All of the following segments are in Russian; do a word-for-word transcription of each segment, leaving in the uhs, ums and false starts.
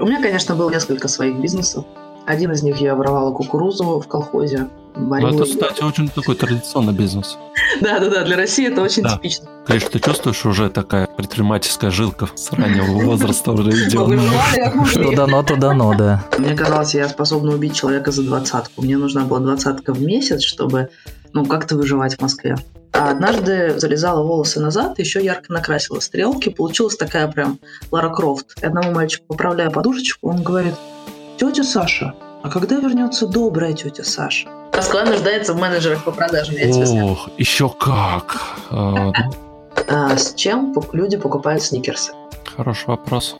У меня, конечно, было несколько своих бизнесов. Один из них я воровала кукурузу в колхозе. Ну, это, кстати, очень такой традиционный бизнес. Да-да-да, для России это очень да. типично. Гриш, ты чувствуешь, уже такая предпринимательская жилка с раннего возраста уже идет? Что дано, то дано, да. Мне казалось, я способна убить человека за двадцатку. Мне нужна была двадцатка в месяц, чтобы ну, как-то выживать в Москве. А однажды залезала волосы назад, еще ярко накрасила стрелки. Получилась такая прям Лара Крофт. И одному мальчику, поправляя подушечку, он говорит: «Тетя Саша, а когда вернется добрая тетя Саша?» Москва нуждается в менеджерах по продажам. Ох, еще как. А, с чем люди покупают сникерсы? Хороший вопрос.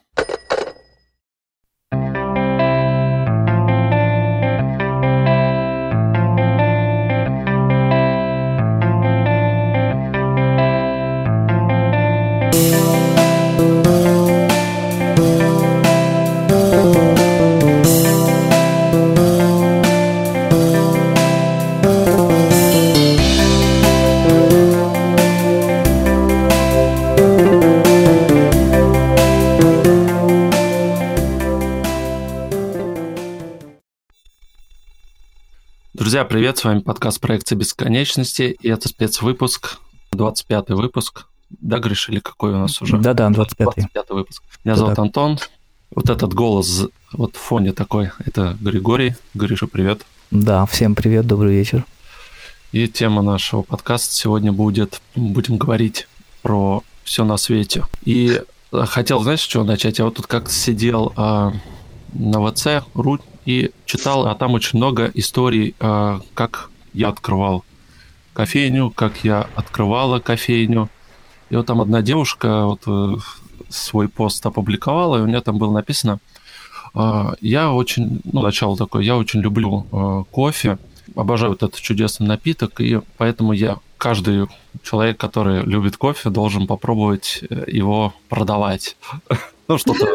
Друзья, привет, с вами подкаст «Проекция бесконечности», и это спецвыпуск, двадцать пятый выпуск. Да, Гриш, или какой у нас уже? Да-да, двадцать пятый. двадцать пятый выпуск. Меня зовут Антон. Вот этот голос вот в фоне такой, это Григорий. Гриша, привет. Да, всем привет, добрый вечер. И тема нашего подкаста сегодня будет, будем говорить про все на свете. И хотел, знаешь, с чего начать? Я вот тут как-то сидел а, на ВЦ, ру, и читал, а там очень много историй, а, как я открывал кофейню, как я открывала кофейню. И вот там одна девушка вот свой пост опубликовала, и у нее там было написано: я очень, ну, начало такое, я очень люблю э, кофе, обожаю вот этот чудесный напиток, и поэтому я, каждый человек, который любит кофе, должен попробовать его продавать. Ну, что-то...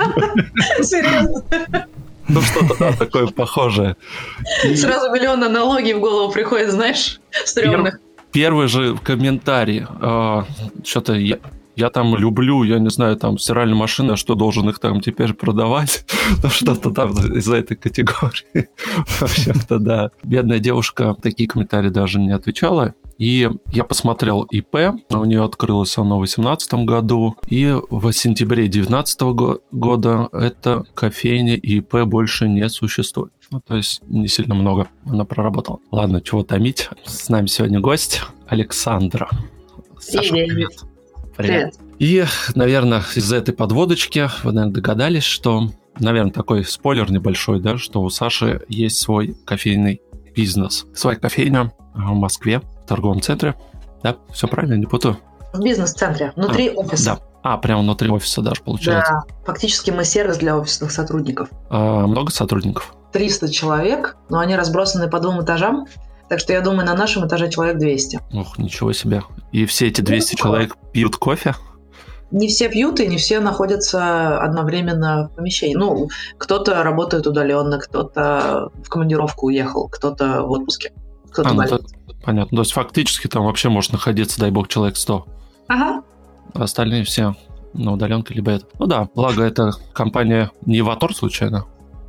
Серьезно? Ну, что-то, да, такое похожее. Сразу миллион аналогий в голову приходит, знаешь, стрёмных. Первый же комментарий. Э, что-то я... Я там люблю, я не знаю, там стиральные машины, а что должен их там теперь продавать? Ну, что-то там из-за этой категории. В общем-то, да. Бедная девушка такие комментарии даже не отвечала. И я посмотрел ИП, у нее открылось оно в две тысячи восемнадцатом году, и в сентябре две тысячи девятнадцатого года эта кофейня и ИП больше не существует. Ну, то есть не сильно много она проработала. Ладно, чего томить. С нами сегодня гость Александра. Саша, привет. Привет. И, наверное, из-за этой подводочки вы, наверное, догадались, что, наверное, такой спойлер небольшой, да, что у Саши есть свой кофейный бизнес. Своя кофейня в Москве, в торговом центре. Да, все правильно, не путаю? В бизнес-центре, внутри а, офиса. Да. А, прямо внутри офиса даже получается. Да, фактически мы сервис для офисных сотрудников. А, много сотрудников? триста человек, но они разбросаны по двум этажам. Так что я думаю, на нашем этаже человек двести. Ох, ничего себе. И все эти двести ну, человек пьют кофе? Не все пьют, и не все находятся одновременно в помещении. Ну, кто-то работает удаленно, кто-то в командировку уехал, кто-то в отпуске, кто-то а, болеет. Ну, понятно. То есть фактически там вообще может находиться, дай бог, человек сто. Ага. А остальные все на удаленке либо это. Ну да, благо это компания не Ватор случайно.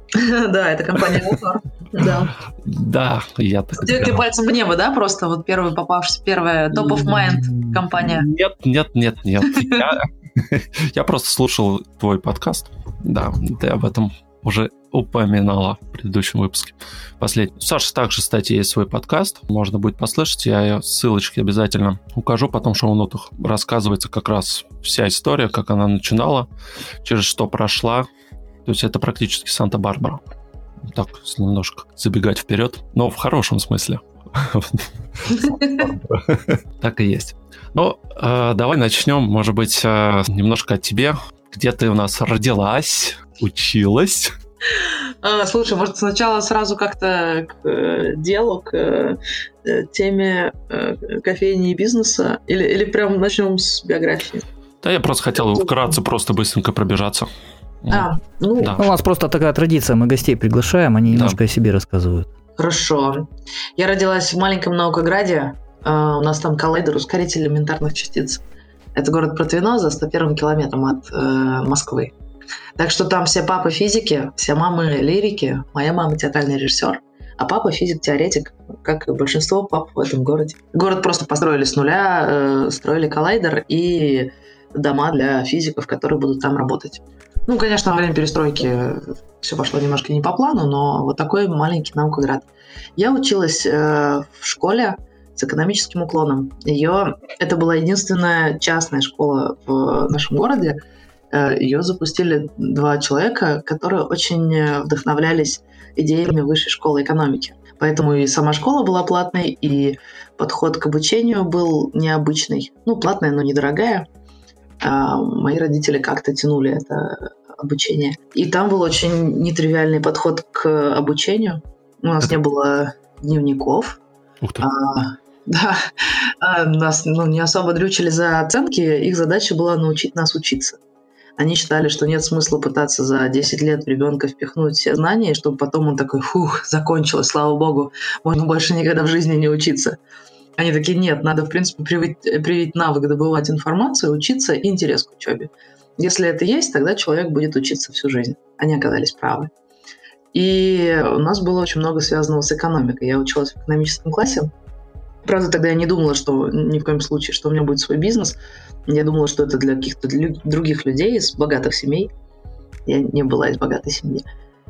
Да, это компания Ватор. Да. Да, я так Ты пальцем в небо, да, просто вот первая попавшаяся, первая top of mind компания? Нет, нет, нет, нет. Я, я просто слушал твой подкаст. Да, ты об этом уже упоминала в предыдущем выпуске. Последний. Саша также, кстати, есть свой подкаст. Можно будет послушать. Я ссылочки обязательно укажу. Потом в шоу-нотах рассказывается как раз вся история, как она начинала, через что прошла. То есть это практически Санта-Барбара. Так, немножко забегать вперед, но в хорошем смысле. Так и есть. Ну, давай начнем, может быть, немножко от тебя. Где ты у нас родилась, училась? Слушай, может, сначала сразу как-то к делу, к теме кофейни и бизнеса? Или, или прям начнем с биографии? Да, я просто хотел вкратце, просто быстренько пробежаться. А, ну, да. У нас просто такая традиция, мы гостей приглашаем, они немножко да. о себе рассказывают. Хорошо. Я родилась в маленьком Наукограде, uh, у нас там коллайдер, ускоритель элементарных частиц. Это город Протвино, за сто первым километром от uh, Москвы. Так что там все папы физики, все мамы лирики, моя мама театральный режиссер, а папа физик-теоретик, как и большинство пап в этом городе. Город просто построили с нуля, э, строили коллайдер и дома для физиков, которые будут там работать. Ну, конечно, во время перестройки все пошло немножко не по плану, но вот такой маленький наукоград. Я училась э, в школе с экономическим уклоном. Ее, это была единственная частная школа в нашем городе. Э, ее запустили два человека, которые очень вдохновлялись идеями высшей школы экономики. Поэтому и сама школа была платной, и подход к обучению был необычный. Ну, платная, но недорогая. А мои родители как-то тянули это обучение. И там был очень нетривиальный подход к обучению. У нас не было дневников. Ух ты. А, да, а нас ну, не особо дрючили за оценки. Их задача была научить нас учиться. Они считали, что нет смысла пытаться за десять лет в ребенка впихнуть все знания, чтобы потом он такой, фух, закончилось, слава богу, можно больше никогда в жизни не учиться. Они такие, нет, надо, в принципе, привить, привить навык добывать информацию, учиться и интерес к учебе. Если это есть, тогда человек будет учиться всю жизнь. Они оказались правы. И у нас было очень много связанного с экономикой. Я училась в экономическом классе. Правда, тогда я не думала, что ни в коем случае, что у меня будет свой бизнес. Я думала, что это для каких-то других людей из богатых семей. Я не была из богатой семьи.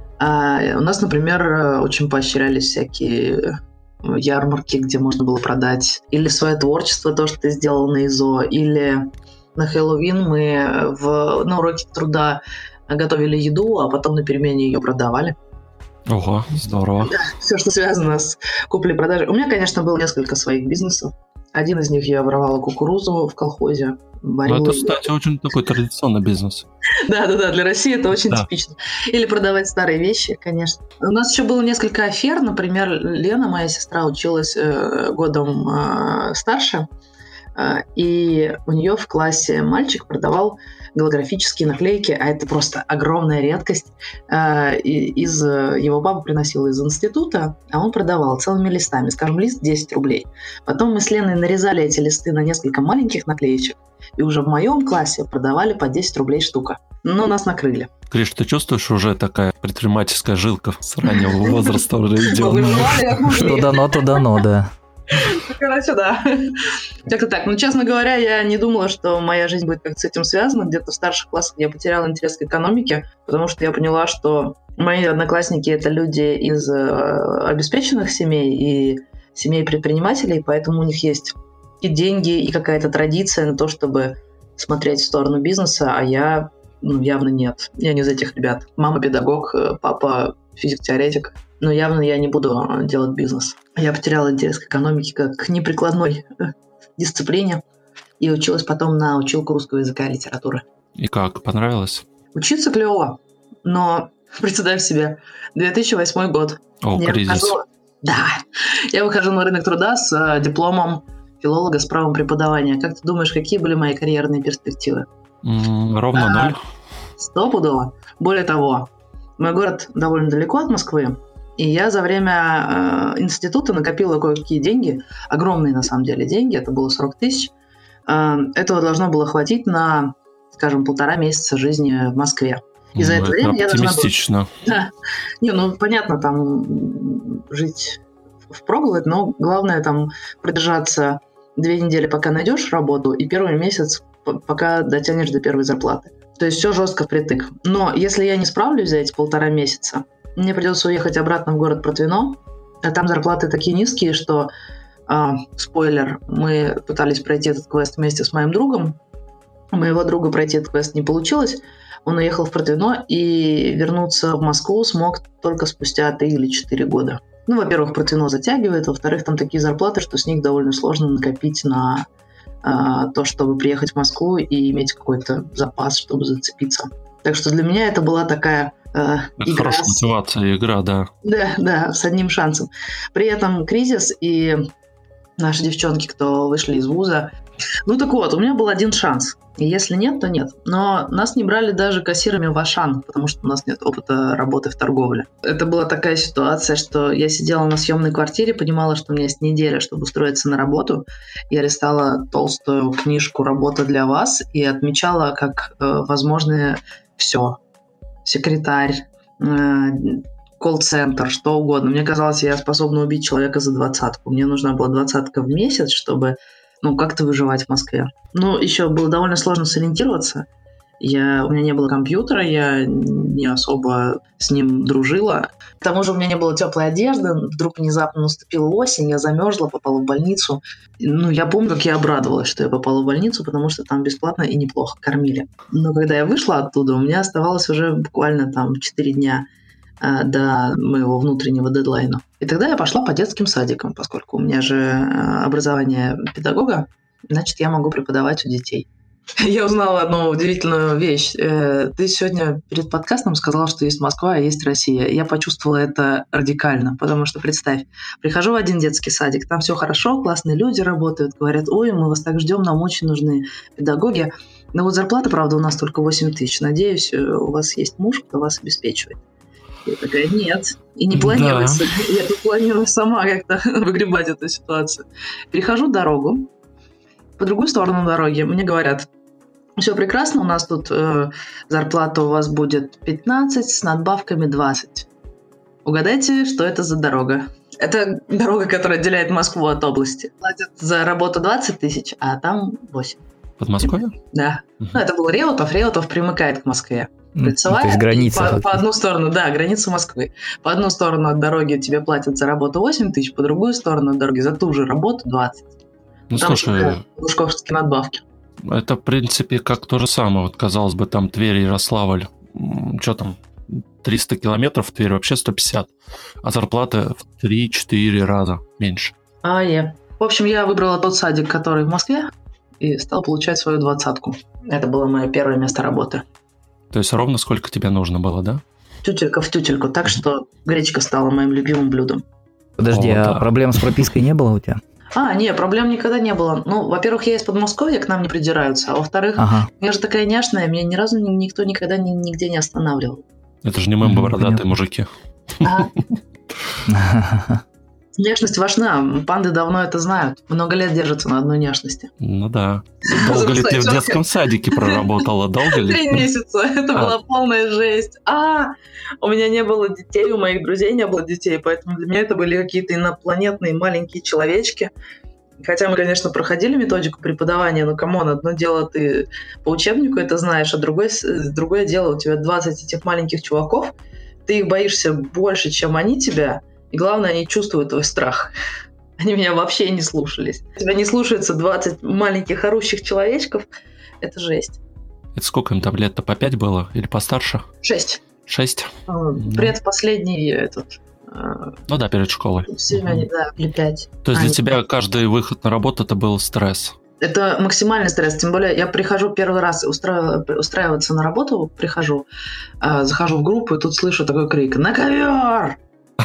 А у нас, например, очень поощрялись всякие ярмарки, где можно было продать или свое творчество, то, что ты сделал на ИЗО, или на Хэллоуин мы в, на уроке труда готовили еду, а потом на перемене ее продавали. Ого, здорово. Да, все, что связано с куплей-продажей. У меня, конечно, было несколько своих бизнесов. Один из них я воровала кукурузу в колхозе. Ну, это, кстати, очень такой традиционный бизнес. Да-да-да, для России это очень да. типично. Или продавать старые вещи, конечно. У нас еще было несколько афер. Например, Лена, моя сестра, училась э, годом э, старше, э, и у нее в классе мальчик продавал голографические наклейки, а это просто огромная редкость. Э, из, его папа приносил из института, а он продавал целыми листами. Скажем, лист десять рублей. Потом мы с Леной нарезали эти листы на несколько маленьких наклеечек, и уже в моем классе продавали по десять рублей штука. Но нас накрыли. Гриш, ты чувствуешь, уже такая предпринимательская жилка с раннего возраста уже идет? Что дано, то дано, да. Короче, да. Как-то так. Ну, честно говоря, я не думала, что моя жизнь будет как-то с этим связана. Где-то в старших классах я потеряла интерес к экономике, потому что я поняла, что мои одноклассники — это люди из обеспеченных семей и семей предпринимателей, поэтому у них есть и деньги, и какая-то традиция на то, чтобы смотреть в сторону бизнеса, а я, ну, явно нет. Я не из этих ребят. Мама педагог, папа физик-теоретик, но явно я не буду делать бизнес. Я потеряла интерес к экономике как к неприкладной дисциплине и училась потом на училку русского языка и литературы. И как, понравилось? Учиться клево, но представь себе, две тысячи восьмой год. О, я кризис. Выхожу, да, я выхожу на рынок труда с дипломом филолога с правом преподавания. Как ты думаешь, какие были мои карьерные перспективы? Mm, ровно а, ноль. Стопудово. Более того, мой город довольно далеко от Москвы, и я за время э, института накопила кое-какие деньги, огромные на самом деле деньги, это было сорок тысяч. Э, этого должно было хватить на, скажем, полтора месяца жизни в Москве. И за ну, это время я должна была... оптимистично. Да. Не, ну понятно, там жить впроголодь, но главное там продержаться две недели, пока найдешь работу, и первый месяц, пока дотянешь до первой зарплаты. То есть все жестко впритык. Но если я не справлюсь за эти полтора месяца, мне придется уехать обратно в город Протвино, а там зарплаты такие низкие, что, э, спойлер, мы пытались пройти этот квест вместе с моим другом. У моего друга пройти этот квест не получилось. Он уехал в Протвино и вернуться в Москву смог только спустя три или четыре года. Ну, во-первых, Протвино затягивает, во-вторых, там такие зарплаты, что с них довольно сложно накопить на э, то, чтобы приехать в Москву и иметь какой-то запас, чтобы зацепиться. Так что для меня это была такая э, игра. Хорошая мотивация, игра, да. Да, да, с одним шансом. При этом кризис, и наши девчонки, кто вышли из вуза... Ну так вот, у меня был один шанс. И если нет, то нет. Но нас не брали даже кассирами в Ашан, потому что у нас нет опыта работы в торговле. Это была такая ситуация, что я сидела на съемной квартире, понимала, что у меня есть неделя, чтобы устроиться на работу. Я листала толстую книжку «Работа для вас» и отмечала как э, возможное все. секретарь, колл-центр, что угодно. Мне казалось, я способна убить человека за двадцатку. Мне нужна была двадцатка в месяц, чтобы, ну, как-то выживать в Москве. Ну, еще было довольно сложно сориентироваться. Я, у меня не было компьютера, я не особо с ним дружила. К тому же у меня не было теплой одежды. Вдруг внезапно наступила осень, я замерзла, попала в больницу. Ну, я помню, как я обрадовалась, что я попала в больницу, потому что там бесплатно и неплохо кормили. Но когда я вышла оттуда, у меня оставалось уже буквально там четыре дня э, до моего внутреннего дедлайна. И тогда я пошла по детским садикам, поскольку у меня же э, образование педагога, значит, я могу преподавать у детей. Я узнала одну удивительную вещь. Ты сегодня перед подкастом сказала, что есть Москва, а есть Россия. Я почувствовала это радикально, потому что, представь, прихожу в один детский садик, там все хорошо, классные люди работают, говорят, ой, мы вас так ждем, нам очень нужны педагоги. Но вот зарплата, правда, у нас только восемь тысяч. Надеюсь, у вас есть муж, кто вас обеспечивает. Я такая, нет, и не планируется. Да. Я тут планирую сама как-то выгребать эту ситуацию. Перехожу дорогу. По другую сторону дороги мне говорят, все прекрасно, у нас тут э, зарплата у вас будет пятнадцать, с надбавками двадцать. Угадайте, что это за дорога? Это дорога, которая отделяет Москву от области. Платят за работу двадцать тысяч, а там восемь. Подмосковье? Да. Uh-huh. Ну, это был Реутов. Реутов примыкает к Москве. Кольцевая, то есть граница. По, по одну сторону, да, граница Москвы. По одну сторону от дороги тебе платят за работу восемь тысяч, по другую сторону от дороги за ту же работу двадцать. Ну, там слушай, лужковские надбавки. Это, в принципе, как то же самое. Вот, казалось бы, там Тверь, Ярославль, что там, триста километров, в Тверь вообще сто пятьдесят, а зарплата в три-четыре раза меньше. А, е. В общем, я выбрала тот садик, который в Москве, и стала получать свою двадцатку. Это было мое первое место работы. То есть ровно сколько тебе нужно было, да? Тютелька в тютельку, так что гречка стала моим любимым блюдом. Подожди, О, а да. проблем с пропиской не было у тебя? А, не, проблем никогда не было. Ну, во-первых, я из Подмосковья, к нам не придираются, а во-вторых, ага. я же такая няшная, меня ни разу никто никогда ни, нигде не останавливал. Это же не мы, бородатые мужики. А? Няшность важна, панды давно это знают. Много лет держатся на одной няшности. Ну да. Долго ли ты в детском садике проработала? Долго ли? Три месяца. Это была полная жесть. А, у меня не было детей, у моих друзей не было детей, поэтому для меня это были какие-то инопланетные маленькие человечки. Хотя мы, конечно, проходили методику преподавания, но, камон, одно дело ты по учебнику это знаешь, а другое, другое дело у тебя двадцать этих маленьких чуваков, ты их боишься больше, чем они тебя. И главное, они чувствуют твой страх. Они меня вообще не слушались. Тебя не слушаются двадцать маленьких орущих человечков. Это жесть. Это сколько им там лет-то, по пять было? Или постарше? Шесть. Шесть? Предпоследний этот... Ну да, перед школой. Семь, да, или пять. То есть для тебя каждый выход на работу это был стресс? Это максимальный стресс. Тем более я прихожу первый раз устраив... устраиваться на работу, прихожу, захожу в группу, и тут слышу такой крик «На ковер!»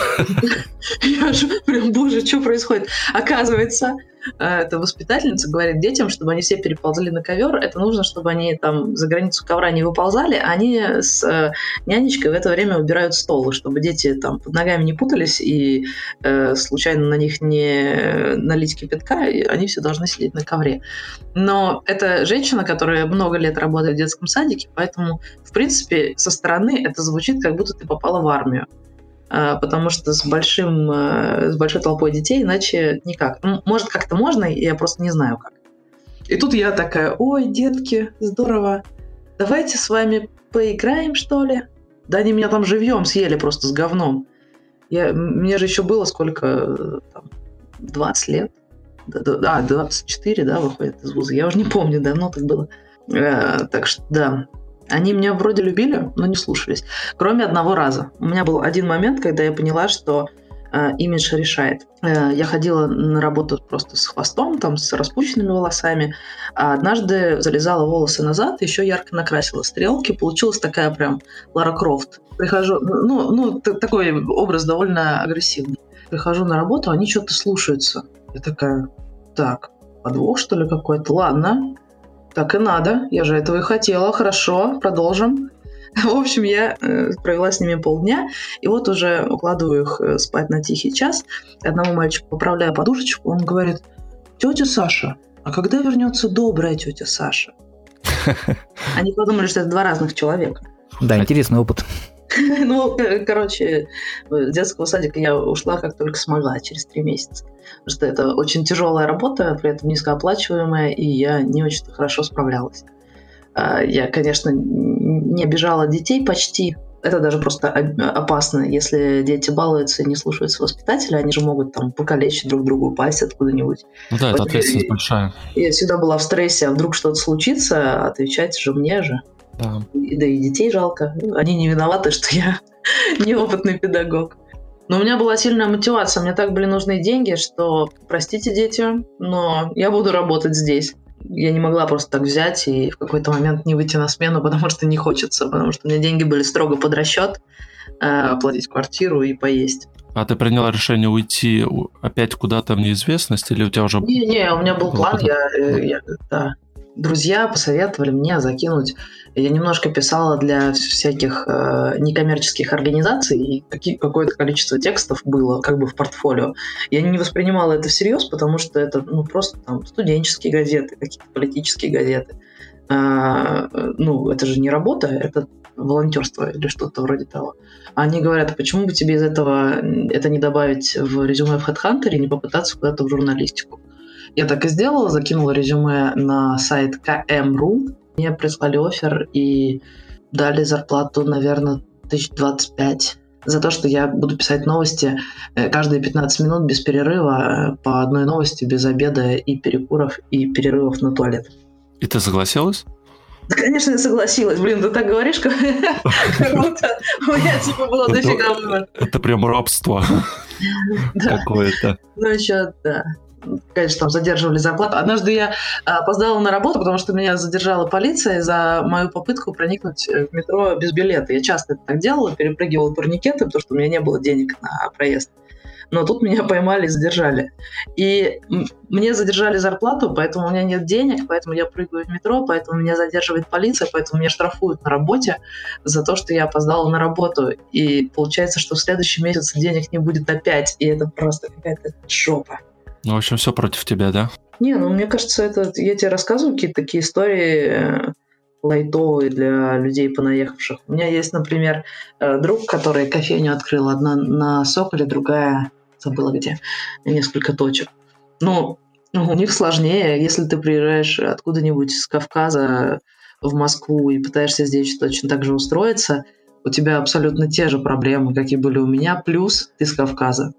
Я же прям, боже, что происходит? Оказывается, эта воспитательница говорит детям, чтобы они все переползли на ковер. Это нужно, чтобы они там за границу ковра не выползали. Они с нянечкой в это время убирают стол, чтобы дети там под ногами не путались и э, случайно на них не налить кипятка. И они все должны сидеть на ковре. Но это женщина, которая много лет работает в детском садике, поэтому, в принципе, со стороны это звучит, как будто ты попала в армию. Потому что с, большим, с большой толпой детей иначе никак. Ну, может, как-то можно, я просто не знаю как. И тут я такая, ой, детки, здорово, давайте с вами поиграем, что ли? Да они меня там живьем съели просто с говном. Я, мне же еще было сколько, там, двадцать лет? Да, двадцать четыре, да, выходит из вуза. Я уже не помню, давно так было. А, так что, да. Они меня вроде любили, но не слушались. Кроме одного раза. У меня был один момент, когда я поняла, что э, имидж решает. Э, я ходила на работу просто с хвостом, там, с распущенными волосами. А однажды залезала волосы назад, еще ярко накрасила стрелки. Получилась такая прям Лара Крофт. Прихожу, ну, ну т- такой образ довольно агрессивный. Прихожу на работу, они что-то слушаются. Я такая, так, подвох, что ли, какой-то? Ладно. Так и надо, я же этого и хотела, хорошо, продолжим. В общем, я э, провела с ними полдня, и вот уже укладываю их э, спать на тихий час. Одному мальчику поправляю подушечку, он говорит, тетя Саша, а когда вернется добрая тетя Саша? Они подумали, что это два разных человека. Да, интересный опыт. Ну, короче, с детского садика я ушла как только смогла, через три месяца. Потому что это очень тяжелая работа, при этом низкооплачиваемая, и я не очень хорошо справлялась. Я, конечно, не обижала детей почти. Это даже просто опасно. Если дети балуются и не слушаются воспитателя, они же могут там покалечить друг друга, упасть откуда-нибудь. Ну да, это ответственность большая. Я всегда была в стрессе, а вдруг что-то случится, отвечать же мне же. Да. И, да и детей жалко. Они не виноваты, что я неопытный педагог. Но у меня была сильная мотивация. Мне так были нужны деньги, что, простите, дети, но я буду работать здесь. Я не могла просто так взять и в какой-то момент не выйти на смену, потому что не хочется, потому что у меня деньги были строго под расчет, оплатить квартиру и поесть. А ты приняла решение уйти опять куда-то в неизвестность, или у тебя уже... Не-не, у меня был план, я, я, да. Друзья посоветовали мне закинуть. Я немножко писала для всяких э, некоммерческих организаций, и какие, какое-то количество текстов было как бы в портфолио. Я не воспринимала это всерьез, потому что это ну, просто там, студенческие газеты, какие-то политические газеты. А, ну, это же не работа, это волонтерство или что-то вроде того. Они говорят, а почему бы тебе из этого это не добавить в резюме в HeadHunter и не попытаться куда-то в журналистику? Я так и сделала, закинула резюме на сайт ка эм точка ру. Мне прислали оффер и дали зарплату, наверное, тысяч двадцать пять за то, что я буду писать новости каждые пятнадцать минут без перерыва по одной новости, без обеда и перекуров, и перерывов на туалет. И ты согласилась? Да, конечно, я согласилась. Блин, ты так говоришь, как будто у меня типа было дофига выбора. Это прям рабство какое-то. Ну, еще, да. Конечно, там задерживали зарплату. Однажды я опоздала на работу, потому что меня задержала полиция за мою попытку проникнуть в метро без билета. Я часто это так делала, перепрыгивала турникеты, потому что у меня не было денег на проезд. Но тут меня поймали и задержали. И мне задержали зарплату, поэтому у меня нет денег, поэтому я прыгаю в метро, поэтому меня задерживает полиция, поэтому меня штрафуют на работе за то, что я опоздала на работу. И получается, что в следующем месяце денег не будет опять, и это просто какая-то жопа. Ну, в общем, все против тебя, да? Не, ну, мне кажется, это я тебе рассказываю какие-то такие истории лайтовые для людей понаехавших. У меня есть, например, друг, который кофейню открыл. Одна на Соколе, другая, забыла где, несколько точек. Ну, у них сложнее. Если ты приезжаешь откуда-нибудь с Кавказа в Москву и пытаешься здесь точно так же устроиться, у тебя абсолютно те же проблемы, какие были у меня, плюс ты с Кавказа.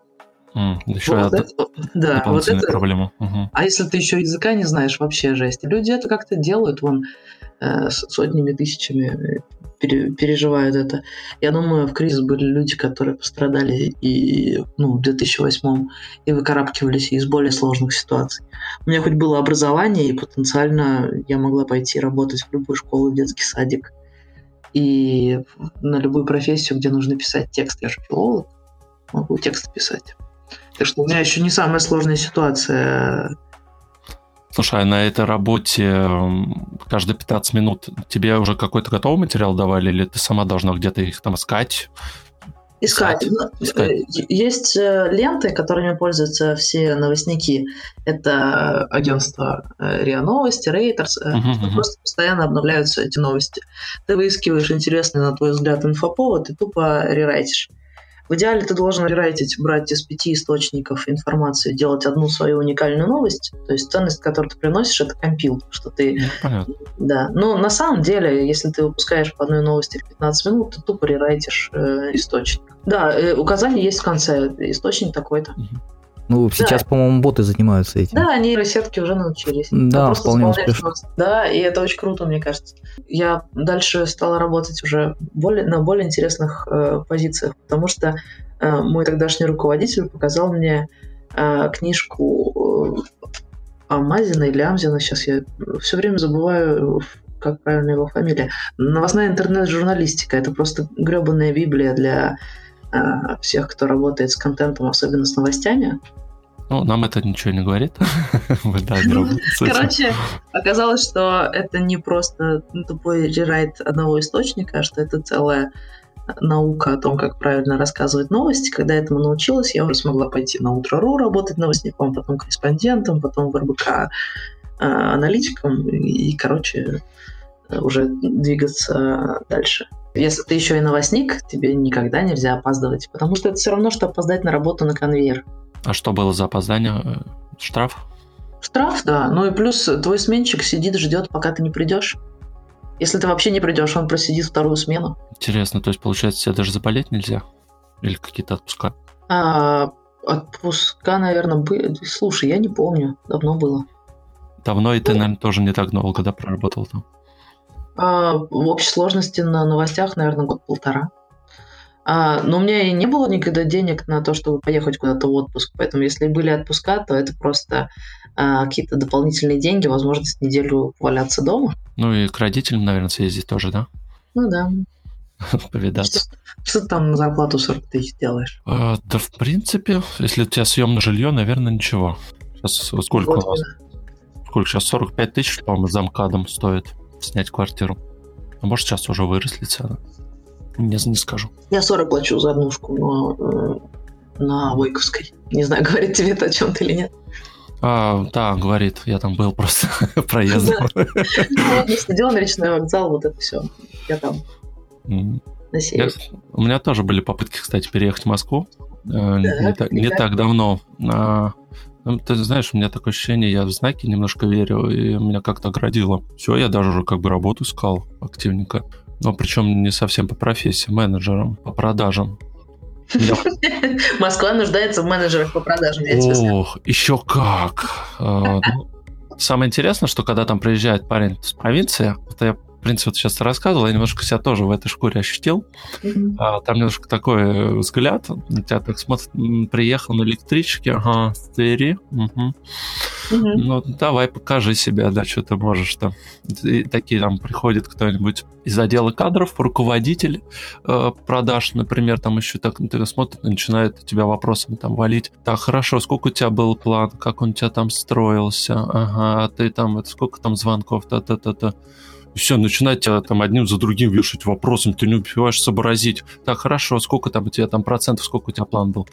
Mm, еще вот это, это, да, вот это проблема. Угу. А если ты еще языка не знаешь, вообще жесть. Люди это как-то делают, вон э, сотнями, тысячами пере, переживают это. Я думаю, в кризис были люди, которые пострадали и, ну, в две тысячи восьмом и выкарабкивались из более сложных ситуаций. У меня хоть было образование, и потенциально я могла пойти работать в любую школу, в детский садик и на любую профессию, где нужно писать текст. Я же филолог, могу текст писать. Так что у меня еще не самая сложная ситуация. Слушай, а на этой работе каждые пятнадцать минут тебе уже какой-то готовый материал давали, или ты сама должна где-то их там искать? Искать. искать. Есть ленты, которыми пользуются все новостники. Это агентство РИА Новости, Рейтерс. Uh-huh, uh-huh. Просто постоянно обновляются эти новости. Ты выискиваешь интересный, на твой взгляд, инфоповод и тупо рерайтишь. В идеале ты должен рерайтить, брать из пяти источников информации, делать одну свою уникальную новость. То есть ценность, которую ты приносишь, это компил, что ты... Понятно. Да. Но на самом деле, если ты выпускаешь по одной новости в пятнадцать минут, ты тупо рерайтишь э, источник. Да, э, указание есть в конце. Источник такой-то. Ну, сейчас, да. по-моему, боты занимаются этим. Да, нейросетки уже научились. Да, вполне успешно. Да, и это очень круто, мне кажется. Я дальше стала работать уже более, на более интересных э, позициях, потому что э, мой тогдашний руководитель показал мне э, книжку э, Амазина или Амзина, сейчас я все время забываю, как правильно его фамилия. Новостная интернет-журналистика. Это просто гребаная библия для... всех, кто работает с контентом, особенно с новостями. Ну, нам это ничего не говорит. Мы, да, не работаем с этим. Короче, оказалось, что это не просто тупой рерайт одного источника, а что это целая наука о том, как правильно рассказывать новости. Когда я этому научилась, я уже смогла пойти на Утро.ру работать новостником, потом корреспондентом, потом в эр бэ ка аналитиком. И, короче, уже двигаться дальше. Если ты еще и новостник, тебе никогда нельзя опаздывать, потому что это все равно, что опоздать на работу на конвейер. А что было за опоздание? Штраф? Штраф, да. Ну и плюс твой сменщик сидит, ждет, пока ты не придешь. Если ты вообще не придешь, он просидит вторую смену. Интересно, то есть, получается, тебе даже заболеть нельзя? Или какие-то отпуска? А, отпуска, наверное, были. Слушай, я не помню. Давно было. Давно, и ты, наверное, тоже не так долго, да, проработал там? А, в общей сложности на новостях, наверное, год-полтора. А, но у меня и не было никогда денег на то, чтобы поехать куда-то в отпуск. Поэтому, если были отпуска, то это просто а, какие-то дополнительные деньги, возможность неделю валяться дома. Ну и к родителям, наверное, съездить тоже, да? Ну да. Повидаться. Что, что ты там на зарплату сорок тысяч делаешь? А, да, в принципе, если у тебя съемное жилье, наверное, ничего. Сейчас сколько вот у нас? Сколько сейчас? сорок пять тысяч, по-моему, за МКАДом стоит снять квартиру. А может, сейчас уже выросли цены? Не, не скажу. Я сорок плачу за однушку, но э, на Войковской. Не знаю, говорит тебе это о чем-то или нет. А, да, говорит. Я там был просто проездом. Стадион, речной вокзал, вот это все. Я там на севере. У меня тоже были попытки, кстати, переехать в Москву. Не так давно. Ты знаешь, у меня такое ощущение, я в знаки немножко верю, и меня как-то оградило. Все, я даже уже как бы работу искал активненько. Но причем не совсем по профессии, менеджером, по продажам. Москва нуждается в менеджерах по продажам. Ох, еще как. Самое интересное, что когда там приезжает парень с провинции, это я, в принципе, вот сейчас рассказывал, я немножко себя тоже в этой шкуре ощутил. Mm-hmm. Там немножко такой взгляд, на тебя так смотрит, приехал на электричке, ага, с Твери, угу. Mm-hmm. Ну, давай, покажи себя, да, что ты можешь там. И такие там приходит кто-нибудь из отдела кадров, руководитель э, продаж, например, там еще так ты смотрит, начинает тебя вопросами там валить. Так, хорошо, сколько у тебя был план, как он у тебя там строился, ага, а ты там, это, сколько там звонков, та-та-та-та. И все, начинает тебя там одним за другим вешать вопросом, ты не успеваешь сообразить. Так, хорошо, сколько там у тебя там процентов, сколько у тебя план был?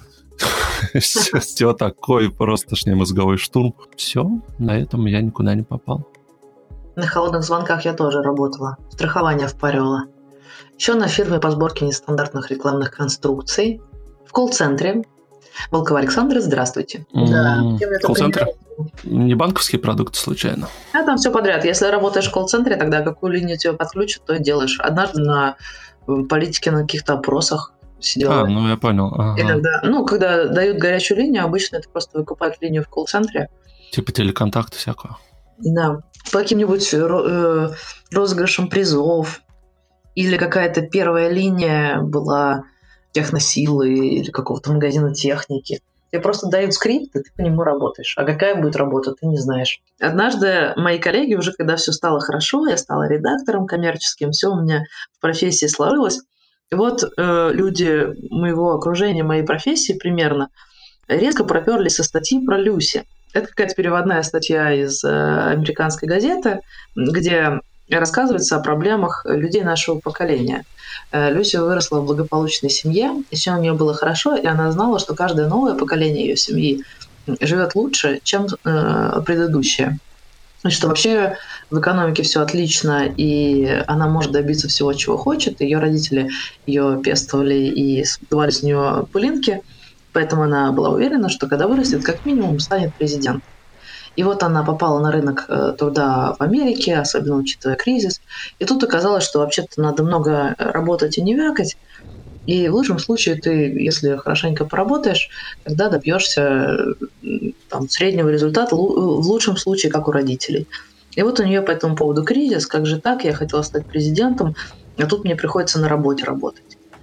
Все такой просто мозговой штурм. Все, на этом я никуда не попал. На холодных звонках я тоже работала. Страхование впаривала. Еще на фирме по сборке нестандартных рекламных конструкций. В колл-центре. Волкова Александра, здравствуйте. Mm-hmm. Да. Колл-центр? Не банковские продукты, случайно? А там все подряд. Если работаешь в колл-центре, тогда какую линию тебе подключат, то и делаешь. Однажды на политике на каких-то опросах сидела. А, ну я понял. Ага. Иногда, ну, когда дают горячую линию, обычно это просто выкупают линию в колл-центре. Типа телеконтакта всякого. Да. По каким-нибудь э, розыгрышам призов. Или какая-то первая линия была техносилы или какого-то магазина техники. Тебе просто дают скрипт, и ты по нему работаешь. А какая будет работа, ты не знаешь. Однажды мои коллеги, уже когда все стало хорошо, я стала редактором коммерческим, все у меня в профессии сложилось. И вот э, люди моего окружения, моей профессии примерно, резко проперлись со статьи про Люси. Это какая-то переводная статья из э, американской газеты, где рассказывается о проблемах людей нашего поколения. Люся выросла в благополучной семье, и все у нее было хорошо, и она знала, что каждое новое поколение ее семьи живет лучше, чем э, предыдущее. И что вообще в экономике все отлично, и она может добиться всего, чего хочет. Ее родители ее пестовали и сдували с нее пылинки, поэтому она была уверена, что когда вырастет, как минимум станет президентом. И вот она попала на рынок труда в Америке, особенно учитывая кризис. И тут оказалось, что вообще-то надо много работать и не вякать. И в лучшем случае ты, если хорошенько поработаешь, тогда добьешься там, среднего результата, в лучшем случае, как у родителей. И вот у нее по этому поводу кризис. Как же так? Я хотела стать президентом, а тут мне приходится на работе работать.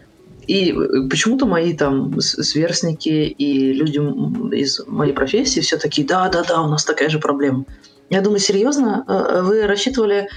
И почему-то мои там сверстники и люди из моей профессии все такие, да-да-да, у нас такая же проблема. Я думаю, серьезно? Вы рассчитывали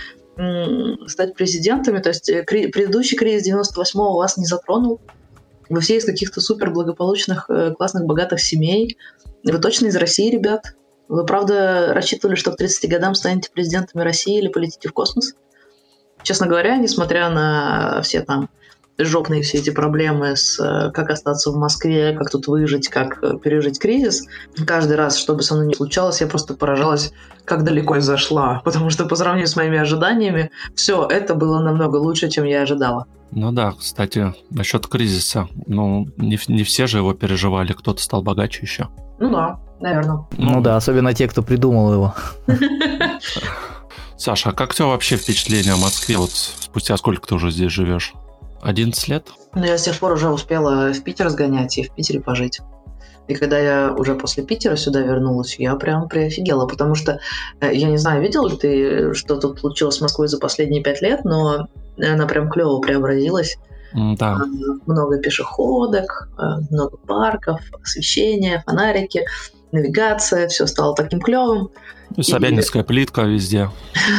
стать президентами? То есть предыдущий кризис девяносто восьмого вас не затронул? Вы все из каких-то супер благополучных, классных, богатых семей? Вы точно из России, ребят? Вы правда рассчитывали, что к тридцати годам станете президентами России или полетите в космос? Честно говоря, несмотря на все там жопные все эти проблемы с как остаться в Москве, как тут выжить, как пережить кризис, каждый раз, что бы со мной ни случалось, я просто поражалась, как далеко я зашла. Потому что по сравнению с моими ожиданиями, все это было намного лучше, чем я ожидала. Ну да, кстати, насчет кризиса. Ну, не, не все же его переживали, кто-то стал богаче еще. Ну да, наверное. Ну, ну да, особенно те, кто придумал его. Саша, а как у тебя вообще впечатление о Москве? Вот спустя сколько ты уже здесь живешь? одиннадцать лет? Ну, я с тех пор уже успела в Питер сгонять и в Питере пожить. И когда я уже после Питера сюда вернулась, я прям приофигела, потому что, я не знаю, видел ли ты, что тут случилось с Москвой за последние пять лет, но она прям клево преобразилась. Да. Много пешеходок, много парков, освещение, фонарики, навигация, все стало таким клевым. И Собянинская и... плитка везде.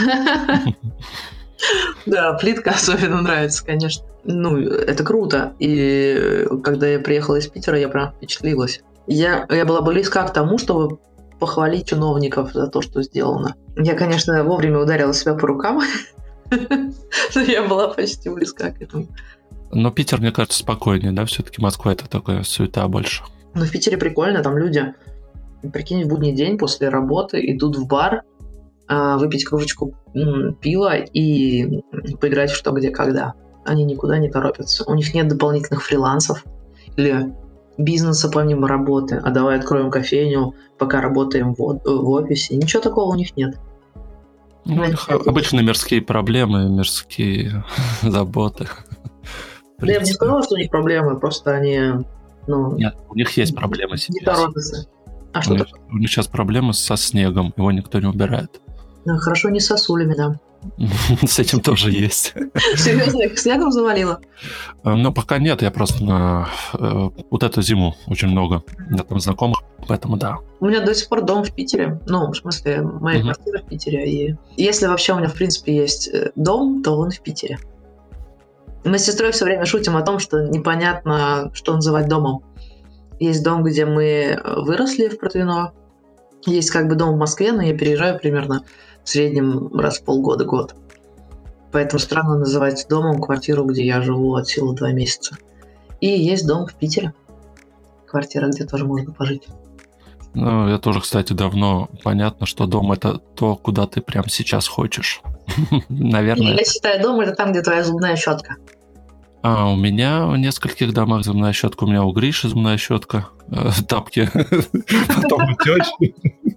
Да, плитка особенно нравится, конечно. Ну, это круто. И когда я приехала из Питера, я прям впечатлилась. Я, я была близка к тому, чтобы похвалить чиновников за то, что сделано. Я, конечно, вовремя ударила себя по рукам, но я была почти близка к этому. Но Питер, мне кажется, спокойнее, да? Все-таки Москва — это такая суета больше. Ну, в Питере прикольно, там люди, прикинь, в будний день после работы идут в бар, выпить кружечку пива и поиграть в что, где, когда. Они никуда не торопятся. У них нет дополнительных фрилансов или бизнеса помимо работы. А давай откроем кофейню, пока работаем в, в офисе. Ничего такого у них нет. Ну, у них обычные мирские проблемы, мирские заботы. Да я бы не сказала, что у них проблемы, просто они... Ну, нет, у них есть проблемы сейчас. Не торопятся. А что у, них, у них сейчас проблемы со снегом, его никто не убирает. Ну, хорошо, не с сосулями, да. С этим тоже есть. Серьезно, их снегом завалило? Ну, пока нет, я просто на вот эту зиму очень много. У меня там знакомых, поэтому да. У меня до сих пор дом в Питере. Ну, в смысле, моя квартира в Питере. И если вообще у меня, в принципе, есть дом, то он в Питере. Мы с сестрой все время шутим о том, что непонятно, что называть домом. Есть дом, где мы выросли в Протвино. Есть как бы дом в Москве, но я переезжаю примерно в среднем раз в полгода-год. Поэтому странно называть домом квартиру, где я живу от силы два месяца. И есть дом в Питере. Квартира, где тоже можно пожить. Ну, я тоже, кстати, давно понятно, что дом — это то, куда ты прямо сейчас хочешь. Наверное. Я считаю, дом — это там, где твоя зубная щетка. А, у меня в нескольких домах зубная щетка. У меня у Гриши зубная щетка. Тапки. Потом у тёчки.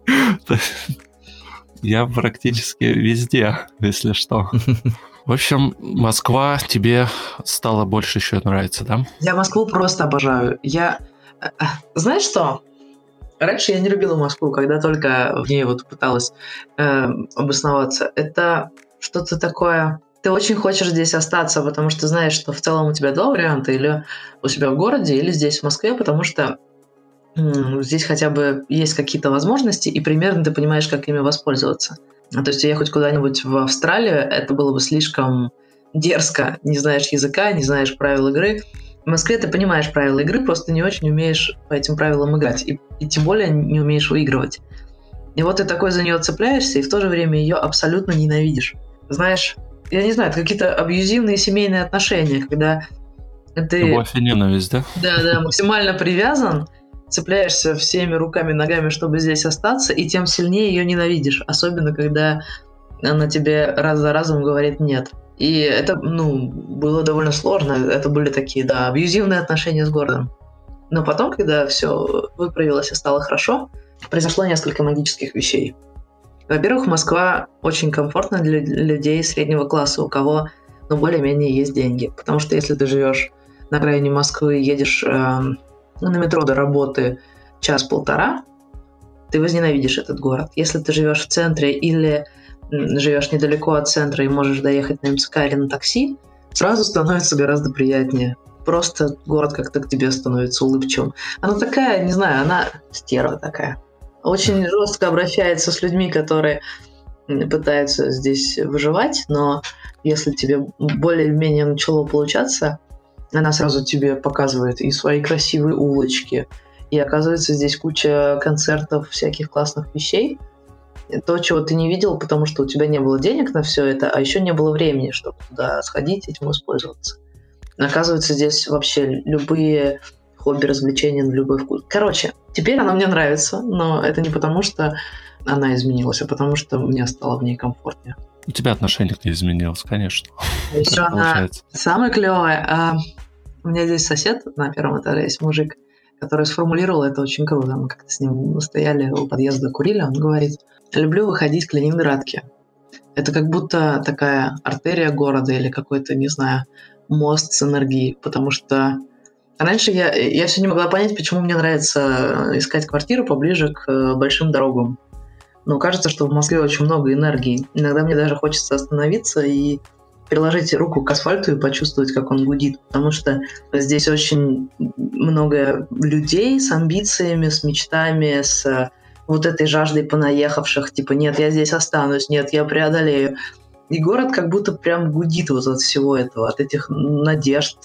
Я практически везде, если что. В общем, Москва тебе стала больше еще нравиться, да? Я Москву просто обожаю. Я... Знаешь что? Раньше я не любила Москву, когда только в ней вот пыталась э, обосноваться. Это что-то такое... Ты очень хочешь здесь остаться, потому что знаешь, что в целом у тебя два варианта. Или у себя в городе, или здесь, в Москве, потому что м- здесь хотя бы есть какие-то возможности, и примерно ты понимаешь, как ими воспользоваться. То есть ехать куда-нибудь в Австралию, это было бы слишком дерзко. Не знаешь языка, не знаешь правил игры. В Москве ты понимаешь правила игры, просто не очень умеешь по этим правилам играть. И, и тем более не умеешь выигрывать. И вот ты такой за нее цепляешься, и в то же время ее абсолютно ненавидишь. Знаешь, я не знаю, это какие-то абьюзивные семейные отношения, когда ты... Любовь и ненависть, да? Да, да, максимально привязан, цепляешься всеми руками, ногами, чтобы здесь остаться, и тем сильнее ее ненавидишь. Особенно, когда она тебе раз за разом говорит «нет». И это, ну, было довольно сложно. Это были такие, да, абьюзивные отношения с городом. Но потом, когда все выправилось и стало хорошо, произошло несколько магических вещей. Во-первых, Москва очень комфортна для людей среднего класса, у кого, ну, более-менее есть деньги. Потому что если ты живешь на окраине Москвы, едешь э, на метро до работы час-полтора, ты возненавидишь этот город. Если ты живешь в центре или живешь недалеко от центра и можешь доехать на эм эс ка или на такси, сразу становится гораздо приятнее. Просто город как-то к тебе становится улыбчивым. Она такая, не знаю, она стерва такая. Очень жестко обращается с людьми, которые пытаются здесь выживать, но если тебе более-менее начало получаться, она сразу тебе показывает и свои красивые улочки, и оказывается здесь куча концертов, всяких классных вещей. То, чего ты не видел, потому что у тебя не было денег на все это, а еще не было времени, чтобы туда сходить, этим воспользоваться. Оказывается, здесь вообще любые хобби, развлечения на любой вкус. Короче, теперь она мне нравится, но это не потому, что она изменилась, а потому что мне стало в ней комфортнее. У тебя отношение к ней изменилось, конечно. Еще она самая клевая. А у меня здесь сосед на первом этаже есть мужик, который сформулировал это очень круто. Мы как-то с ним стояли у подъезда, курили. Он говорит: люблю выходить к Ленинградке. Это как будто такая артерия города или какой-то, не знаю, мост с энергией. Потому что раньше я, я все не могла понять, почему мне нравится искать квартиру поближе к большим дорогам. Но кажется, что в Москве очень много энергии. Иногда мне даже хочется остановиться и приложить руку к асфальту и почувствовать, как он гудит. Потому что здесь очень много людей с амбициями, с мечтами, с вот этой жаждой понаехавших. Типа, нет, я здесь останусь, нет, я преодолею. И город как будто прям гудит вот от всего этого, от этих надежд,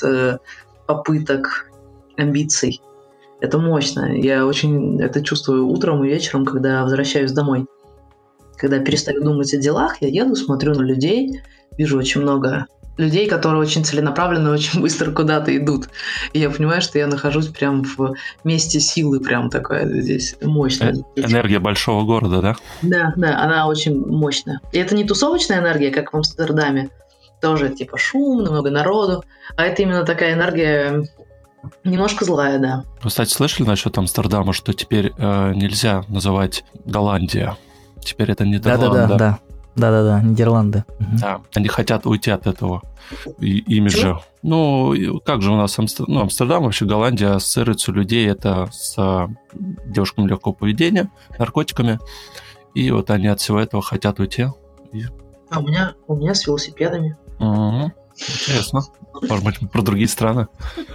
попыток, амбиций. Это мощно. Я очень это чувствую утром и вечером, когда возвращаюсь домой. Когда перестаю думать о делах, я еду, смотрю на людей, вижу очень много людей, которые очень целенаправленно, очень быстро куда-то идут. И я понимаю, что я нахожусь прям в месте силы, прям такая здесь мощная. Энергия большого города, да? Да, да, она очень мощная. И это не тусовочная энергия, как в Амстердаме. Тоже типа шумно, много народу. А это именно такая энергия немножко злая, да. Вы, кстати, слышали насчет Амстердама, что теперь э, нельзя называть Голландия? Теперь это Нидерланды. Да-да-да, да. Да-да-да, Нидерланды. Да, они хотят уйти от этого имиджа. Ну, как же у нас Амстердам, ну, Амстердам, вообще Голландия ассоциируется у людей это с девушками легкого поведения, наркотиками. И вот они от всего этого хотят уйти. И... А у меня, у меня с велосипедами. Угу. Интересно. Может быть, про другие страны.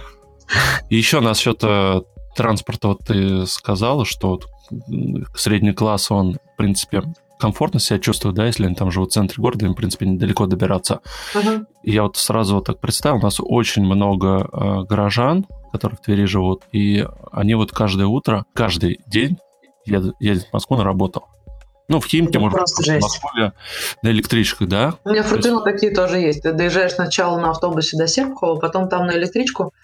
И еще насчет транспорта, вот ты сказала, что вот средний класс, он, в принципе, комфортно себя чувствует, да, если они там живут в центре города, им, в принципе, недалеко добираться. Uh-huh. И я вот сразу вот так представил, у нас очень много э, горожан, которые в Твери живут, и они вот каждое утро, каждый день едут, ездят в Москву на работу. Ну, в Химки, может быть, в Москве на электричках, да? У меня в Фрутино есть... такие тоже есть. Ты доезжаешь сначала на автобусе до Серпухова, потом там на электричку,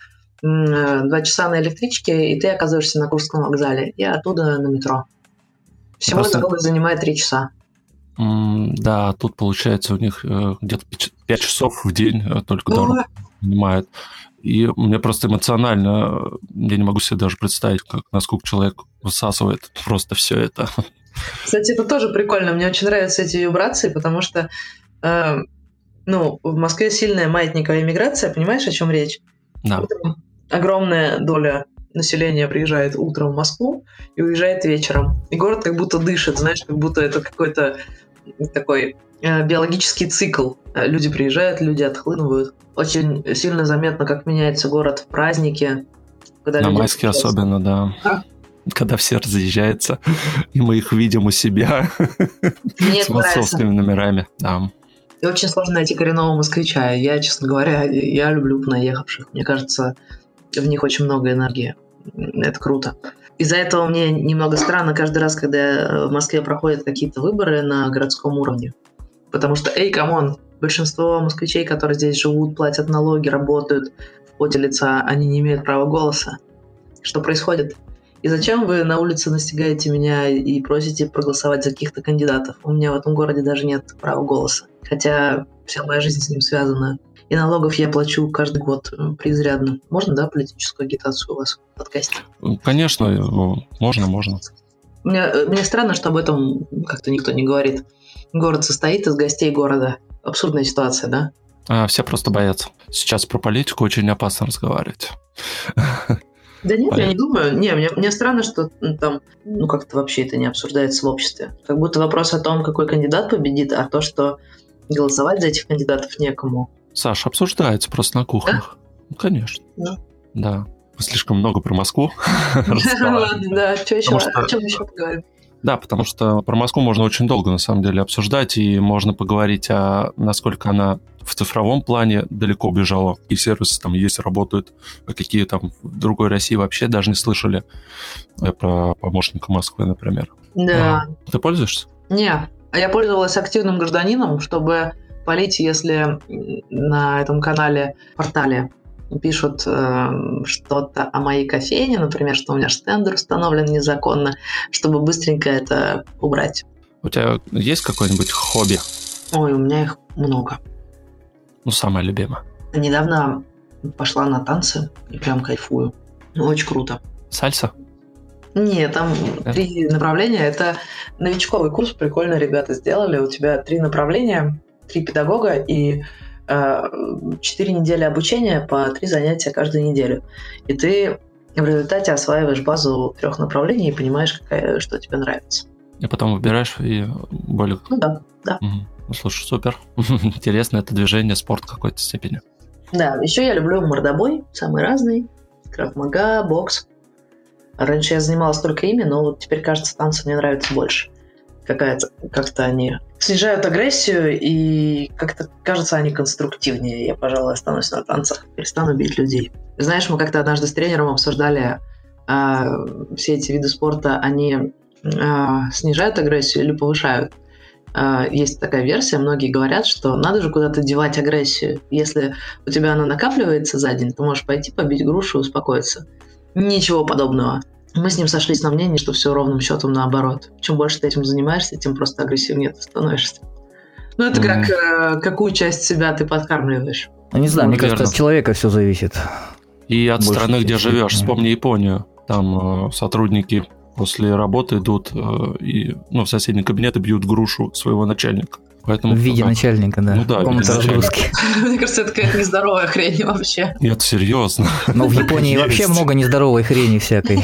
два часа на электричке, и ты оказываешься на Курском вокзале, и оттуда на метро. Всего Просто... дорога занимает три часа. Mm, да, тут получается у них э, где-то пять часов в день э, только дорога занимает. И мне просто эмоционально, я не могу себе даже представить, как, насколько человек высасывает просто все это. Кстати, это тоже прикольно. Мне очень нравятся эти вибрации, потому что э, ну, в Москве сильная маятниковая миграция, понимаешь, о чем речь? Да. Утром огромная доля населения приезжает утром в Москву и уезжает вечером. И город как будто дышит, знаешь, как будто это какой-то такой э, биологический цикл. Люди приезжают, люди отхлынывают. Очень сильно заметно, как меняется город в праздники. Когда на майские особенно, да. А? Когда все разъезжаются, и мы их видим у себя с московскими номерами. Да. И очень сложно найти коренного москвича. Я, честно говоря, я люблю понаехавших. Мне кажется, в них очень много энергии. Это круто. Из-за этого мне немного странно каждый раз, когда в Москве проходят какие-то выборы на городском уровне. Потому что, эй, камон, большинство москвичей, которые здесь живут, платят налоги, работают в поте лица, они не имеют права голоса. Что происходит? И зачем вы на улице настигаете меня и просите проголосовать за каких-то кандидатов? У меня в этом городе даже нет права голоса. Хотя вся моя жизнь с ним связана. И налогов я плачу каждый год преизрядно. Можно, да, политическую агитацию у вас в подкасте? Конечно, можно, можно. Мне, мне странно, что об этом как-то никто не говорит. Город состоит из гостей города. Абсурдная ситуация, да? А, все просто боятся. Сейчас про политику очень опасно разговаривать. Да нет, Понятно. Я не думаю. Не, мне, мне странно, что ну, там, ну, как-то вообще это не обсуждается в обществе. Как будто вопрос о том, какой кандидат победит, а то, что голосовать за этих кандидатов некому. Саша, обсуждается просто на кухнях. Да? Ну, конечно. Да. Да. Мы слишком много про Москву разговариваем. Да, что еще? О чем еще поговорим? Да, потому что про Москву можно очень долго, на самом деле, обсуждать, и можно поговорить о насколько она в цифровом плане далеко убежала, и сервисы там есть, работают, а какие там в другой России вообще даже не слышали про помощника Москвы, например. Да. А, ты пользуешься? Не, а я пользовалась активным гражданином, чтобы полить, если на этом канале, портале пишут э, что-то о моей кофейне, например, что у меня штендер установлен незаконно, чтобы быстренько это убрать. У тебя есть какое-нибудь хобби? Ой, у меня их много. Ну, самое любимое. Недавно пошла на танцы и прям кайфую. Ну, очень круто. Сальса? Нет, там да. три направления. Это новичковый курс, прикольно ребята сделали. У тебя три направления, три педагога и э, четыре недели обучения по три занятия каждую неделю. И ты в результате осваиваешь базу трех направлений и понимаешь, какая, что тебе нравится. И потом выбираешь и более... Ну да, да. Угу. Ну, слушай, супер. Интересно, это движение, спорт в какой-то степени. Да, еще я люблю мордобой, самый разный. Крав-мага, бокс. Раньше я занималась только ими, но вот теперь, кажется, танцы мне нравятся больше. Какая-то, как-то они снижают агрессию, и как-то, кажется, они конструктивнее. Я, пожалуй, останусь на танцах, перестану бить людей. Знаешь, мы как-то однажды с тренером обсуждали, а, все эти виды спорта, они а, снижают агрессию или повышают. А, есть такая версия, многие говорят, что надо же куда-то девать агрессию. Если у тебя она накапливается за день, ты можешь пойти побить грушу и успокоиться. Ничего подобного. Мы с ним сошлись на мнении, что все ровным счетом наоборот. Чем больше ты этим занимаешься, тем просто агрессивнее ты становишься. Ну, это mm-hmm. как, э, какую часть себя ты подкармливаешь. Ну, не знаю, ну, мне верно. кажется, от человека все зависит. И от больше страны, где живешь. Вспомни Японию. Там э, сотрудники после работы идут э, и ну, в соседний кабинет и бьют грушу своего начальника. Поэтому, в виде так... начальника, да. Ну да, комната разгрузки. Мне кажется, это какая-то нездоровая хрень вообще. Нет, серьезно. Но в Японии вообще много нездоровой хрени всякой.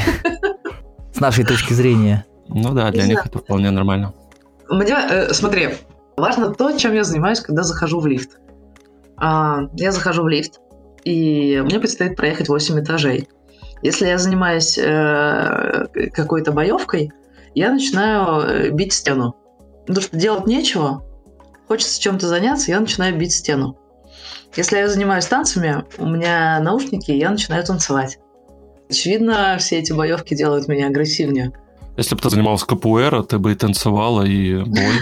С нашей точки зрения. Ну да, для них это вполне нормально. Мне, э, смотри, важно то, чем я занимаюсь, когда захожу в лифт. А, я захожу в лифт, и мне предстоит проехать восемь этажей. Если я занимаюсь э, какой-то боевкой, я начинаю бить стену. Потому что делать нечего, хочется чем-то заняться, я начинаю бить стену. Если я занимаюсь танцами, у меня наушники, и я начинаю танцевать. Очевидно, все эти боевки делают меня агрессивнее. Если бы ты занималась капуэро, ты бы и танцевала, и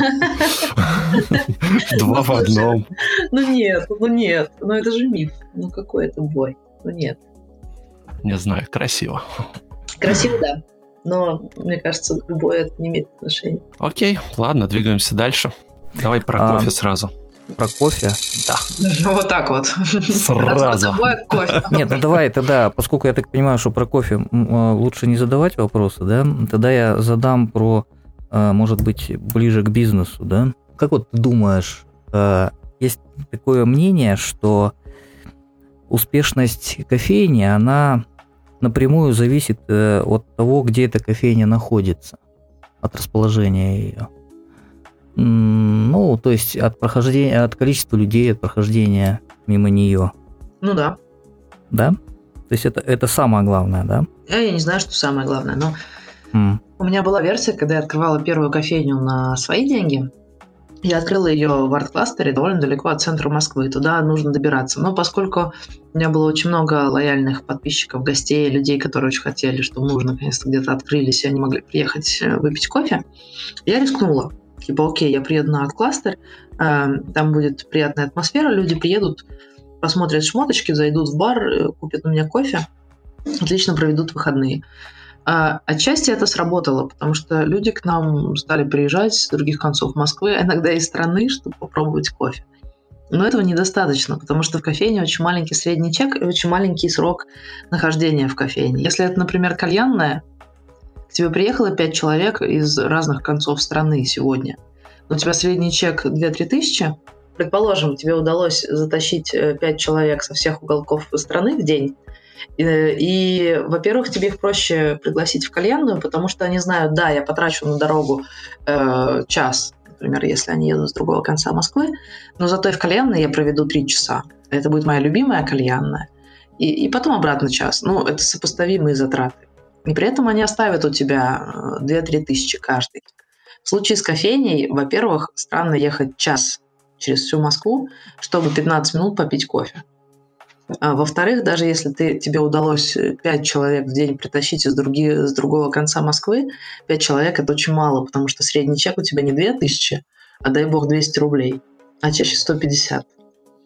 бой. Два в одном. Ну нет, ну нет, ну это же миф. Ну какой это бой? Ну нет. Не знаю, красиво. Красиво, да. Но, мне кажется, к бою это не имеет отношения. Окей, ладно, двигаемся дальше. Давай про а, кофе сразу. Про кофе? Да. Вот так вот. Сразу. Нет, ну давай тогда, поскольку я так понимаю, что про кофе лучше не задавать вопросы, да, тогда я задам про, может быть, ближе к бизнесу, да. Как вот ты думаешь, есть такое мнение, что успешность кофейни, она напрямую зависит от того, где эта кофейня находится, от расположения ее. Ну, то есть от прохождения, от количества людей, от прохождения мимо нее. Ну да. Да? То есть это, это самое главное, да? Я не знаю, что самое главное, но mm. у меня была версия, когда я открывала первую кофейню на свои деньги. Я открыла ее в арт-кластере довольно далеко от центра Москвы. Туда нужно добираться. Но поскольку у меня было очень много лояльных подписчиков, гостей, людей, которые очень хотели, чтобы мы уже наконец-то где-то открылись, и они могли приехать выпить кофе, я рискнула. Типа, окей, я приеду на арт-кластер, там будет приятная атмосфера, люди приедут, посмотрят шмоточки, зайдут в бар, купят у меня кофе, отлично проведут выходные. Отчасти это сработало, потому что люди к нам стали приезжать с других концов Москвы, иногда из страны, чтобы попробовать кофе. Но этого недостаточно, потому что в кофейне очень маленький средний чек и очень маленький срок нахождения в кофейне. Если это, например, кальянная, к тебе приехало пять человек из разных концов страны сегодня, у тебя средний чек две-три тысячи, предположим, тебе удалось затащить пять человек со всех уголков страны в день, И, и, во-первых, тебе их проще пригласить в кальянную, потому что они знают, да, я потрачу на дорогу э, час, например, если они едут с другого конца Москвы, но зато и в кальянной я проведу три часа. Это будет моя любимая кальянная. И, и потом обратно час. Ну, это сопоставимые затраты. И при этом они оставят у тебя две-три тысячи каждый. В случае с кофейней, во-первых, странно ехать час через всю Москву, чтобы пятнадцать минут попить кофе. А во-вторых, даже если ты, тебе удалось пять человек в день притащить из други, с другого конца Москвы, пять человек – это очень мало, потому что средний чек у тебя не две тысячи, а дай бог двести рублей, а чаще сто пятьдесят.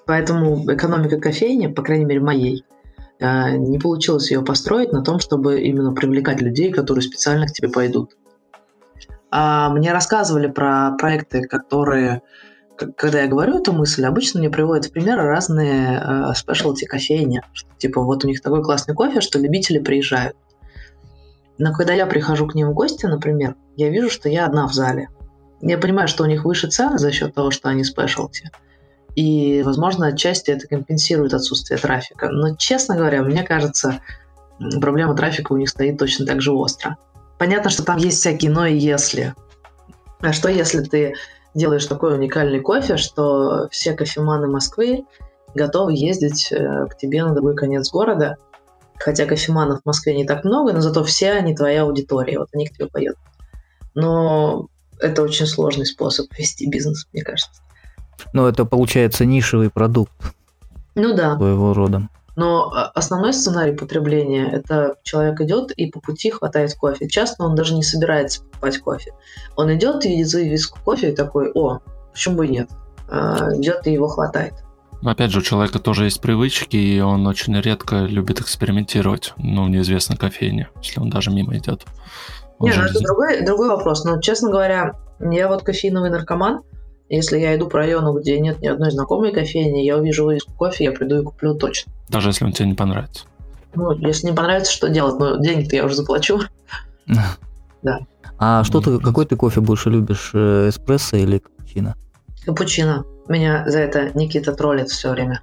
Поэтому экономика кофейни, по крайней мере моей, не получилось ее построить на том, чтобы именно привлекать людей, которые специально к тебе пойдут. А мне рассказывали про проекты, которые, когда я говорю эту мысль, обычно мне приводят в пример разные спешлти кофейни. Что, типа вот у них такой классный кофе, что любители приезжают. Но когда я прихожу к ним в гости, например, я вижу, что я одна в зале. Я понимаю, что у них выше цены за счет того, что они спешлти. И, возможно, отчасти это компенсирует отсутствие трафика. Но, честно говоря, мне кажется, проблема трафика у них стоит точно так же остро. Понятно, что там есть всякие «но» и «если». А что, если ты делаешь такой уникальный кофе, что все кофеманы Москвы готовы ездить к тебе на другой конец города, хотя кофеманов в Москве не так много, но зато все они твоя аудитория, вот они к тебе поедут. Но это очень сложный способ вести бизнес, мне кажется. Ну, это, получается, нишевый продукт. Ну да. Своего рода. Но основной сценарий потребления – это человек идет и по пути хватает кофе. Часто он даже не собирается покупать кофе. Он идет и видит вывеску кофе и такой: о, почему бы и нет? Идет и его хватает. Опять же, у человека тоже есть привычки, и он очень редко любит экспериментировать, ну, в неизвестной кофейне, если он даже мимо идет. Он Нет, же... ну, это другой, другой вопрос. Но, честно говоря, я вот кофеиновый наркоман. Если я иду по району, где нет ни одной знакомой кофейни, я увижу вывеску кофе, я приду и куплю точно. Даже если он тебе не понравится? Ну, если не понравится, что делать? Ну, деньги-то я уже заплачу. Да. А что ты, какой ты кофе больше любишь, эспрессо или капучино? Капучино. Меня за это Никита троллит все время.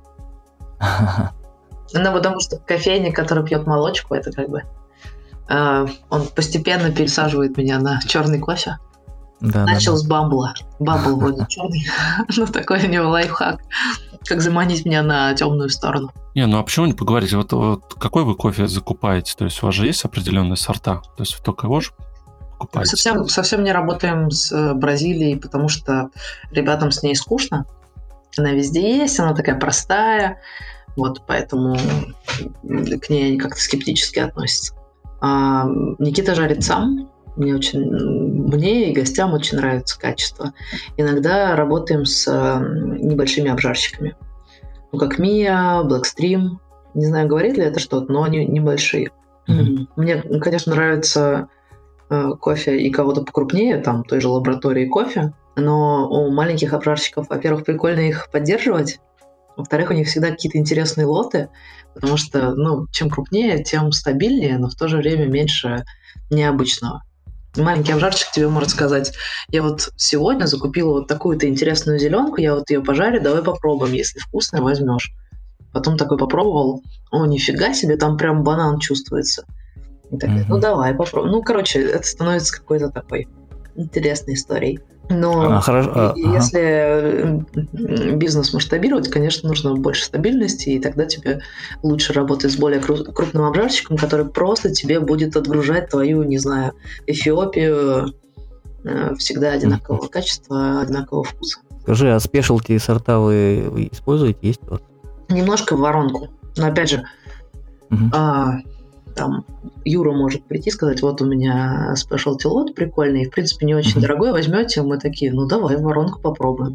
Ну, потому что кофейник, который пьет молочку, это как бы... Э, он постепенно пересаживает меня на черный кофе. Да, Начал да, с бамбла. Бамбл вроде черный. Ну, такой у него лайфхак. Как заманить меня на темную сторону. Не, ну а почему не поговорить? Вот, вот какой вы кофе закупаете? То есть у вас же есть определенные сорта? То есть вы только его же покупаете? Совсем, совсем не работаем с Бразилией, потому что ребятам с ней скучно. Она везде есть, она такая простая. Вот, поэтому к ней они как-то скептически относятся. А Никита жарит сам. Мне очень, мне и гостям очень нравится качество. Иногда работаем с небольшими обжарщиками. Ну, как Мия, Blackstream. Не знаю, говорит ли это что-то, но они небольшие. Mm-hmm. Мне, конечно, нравится э, кофе и кого-то покрупнее, там, той же лаборатории кофе. Но у маленьких обжарщиков, во-первых, прикольно их поддерживать. Во-вторых, у них всегда какие-то интересные лоты, потому что, ну, чем крупнее, тем стабильнее, но в то же время меньше необычного. Маленький обжарщик тебе может сказать: я вот сегодня закупила вот такую-то интересную зеленку, я вот ее пожарю, давай попробуем, если вкусная, возьмешь. Потом такой попробовал: о, нифига себе, там прям банан чувствуется. И так, mm-hmm. ну давай попробуем. Ну, короче, это становится какой-то такой интересной историей. Но а, хорошо. А, если ага. бизнес масштабировать, конечно, нужно больше стабильности, и тогда тебе лучше работать с более крупным обжарщиком, который просто тебе будет отгружать твою, не знаю, Эфиопию всегда одинакового mm-hmm. качества, одинакового вкуса. Скажи, а спешлти сорта вы используете? Есть у вас? Немножко в воронку. Но опять же, mm-hmm. а, там Юра может прийти и сказать: вот у меня спешлти лот прикольный, в принципе, не очень mm-hmm. дорогой, возьмете? Мы такие: ну давай воронку попробуем.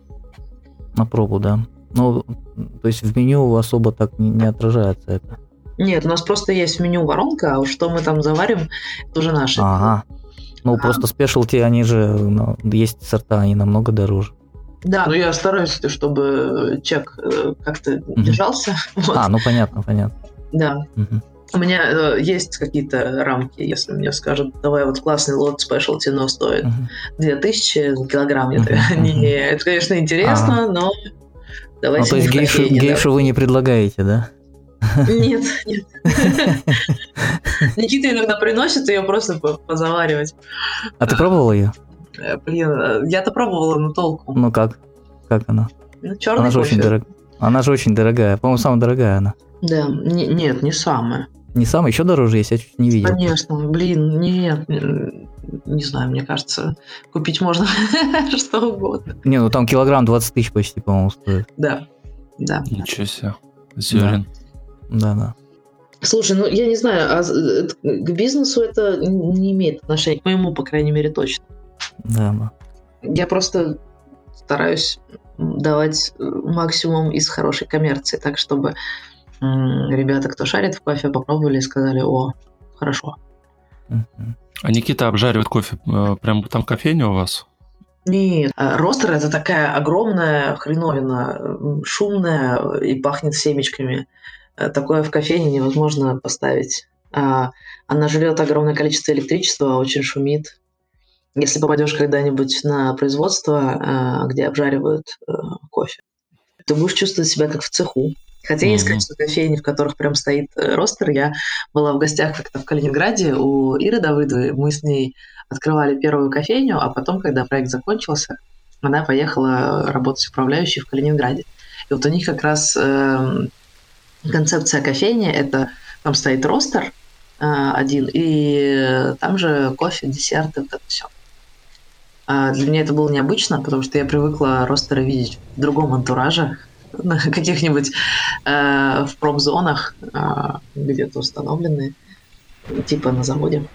На пробу, да. Ну, то есть в меню особо так не, не отражается это? Нет, у нас просто есть в меню воронка, а уж что мы там заварим, это уже наше. Ага. Ну, а. просто спешлти, они же, ну, есть сорта, они намного дороже. Да, но я стараюсь, чтобы чек как-то mm-hmm. держался. Вот. А, ну понятно, понятно. Да. Mm-hmm. У меня э, есть какие-то рамки, если мне скажут: давай вот классный лот спешлти, но стоит uh-huh. две тысячи за килограмм. Uh-huh. Это, не, не, это, конечно, интересно, uh-huh. но давайте... Ну, то есть гейшу, гейшу вы не предлагаете, да? Нет, нет. Никита иногда приносит ее просто позаваривать. А ты пробовала ее? Блин, я-то пробовала, но толку. Ну как? Как она? Ну, черный она же кофе. Очень дорог... Она же очень дорогая. По-моему, самая дорогая она. Да, не, нет, не самая. Не самая? Еще дороже есть? Я чуть не видел. Конечно, блин, нет. Не знаю, мне кажется, купить можно что угодно. Не, ну там килограмм двадцать тысяч почти, по-моему, стоит. Да, да. Ничего себе. Зерен. Да, да. Слушай, ну я не знаю, а к бизнесу это не имеет отношения, к моему, по крайней мере, точно. Да, да. Я просто стараюсь давать максимум из хорошей коммерции, так чтобы ребята, кто шарит в кофе, попробовали и сказали: о, хорошо. А Никита обжаривает кофе прямо там кофейня у вас? Нет, ростер – это такая огромная хреновина, шумная и пахнет семечками. Такое в кофейне невозможно поставить. Она жрет огромное количество электричества, очень шумит. Если попадешь когда-нибудь на производство, где обжаривают кофе, ты будешь чувствовать себя как в цеху. Хотя mm-hmm. есть, конечно, кофейни, в которых прям стоит ростер. Я была в гостях как-то в Калининграде у Иры Давыдовой. Мы с ней открывали первую кофейню, а потом, когда проект закончился, она поехала работать управляющей в Калининграде. И вот у них как раз э, концепция кофейни – это там стоит ростер э, один, и там же кофе, десерты, вот это все. А для меня это было необычно, потому что я привыкла ростеры видеть в другом антураже, на каких-нибудь э, в промзонах э, где-то установленные, типа на заводе.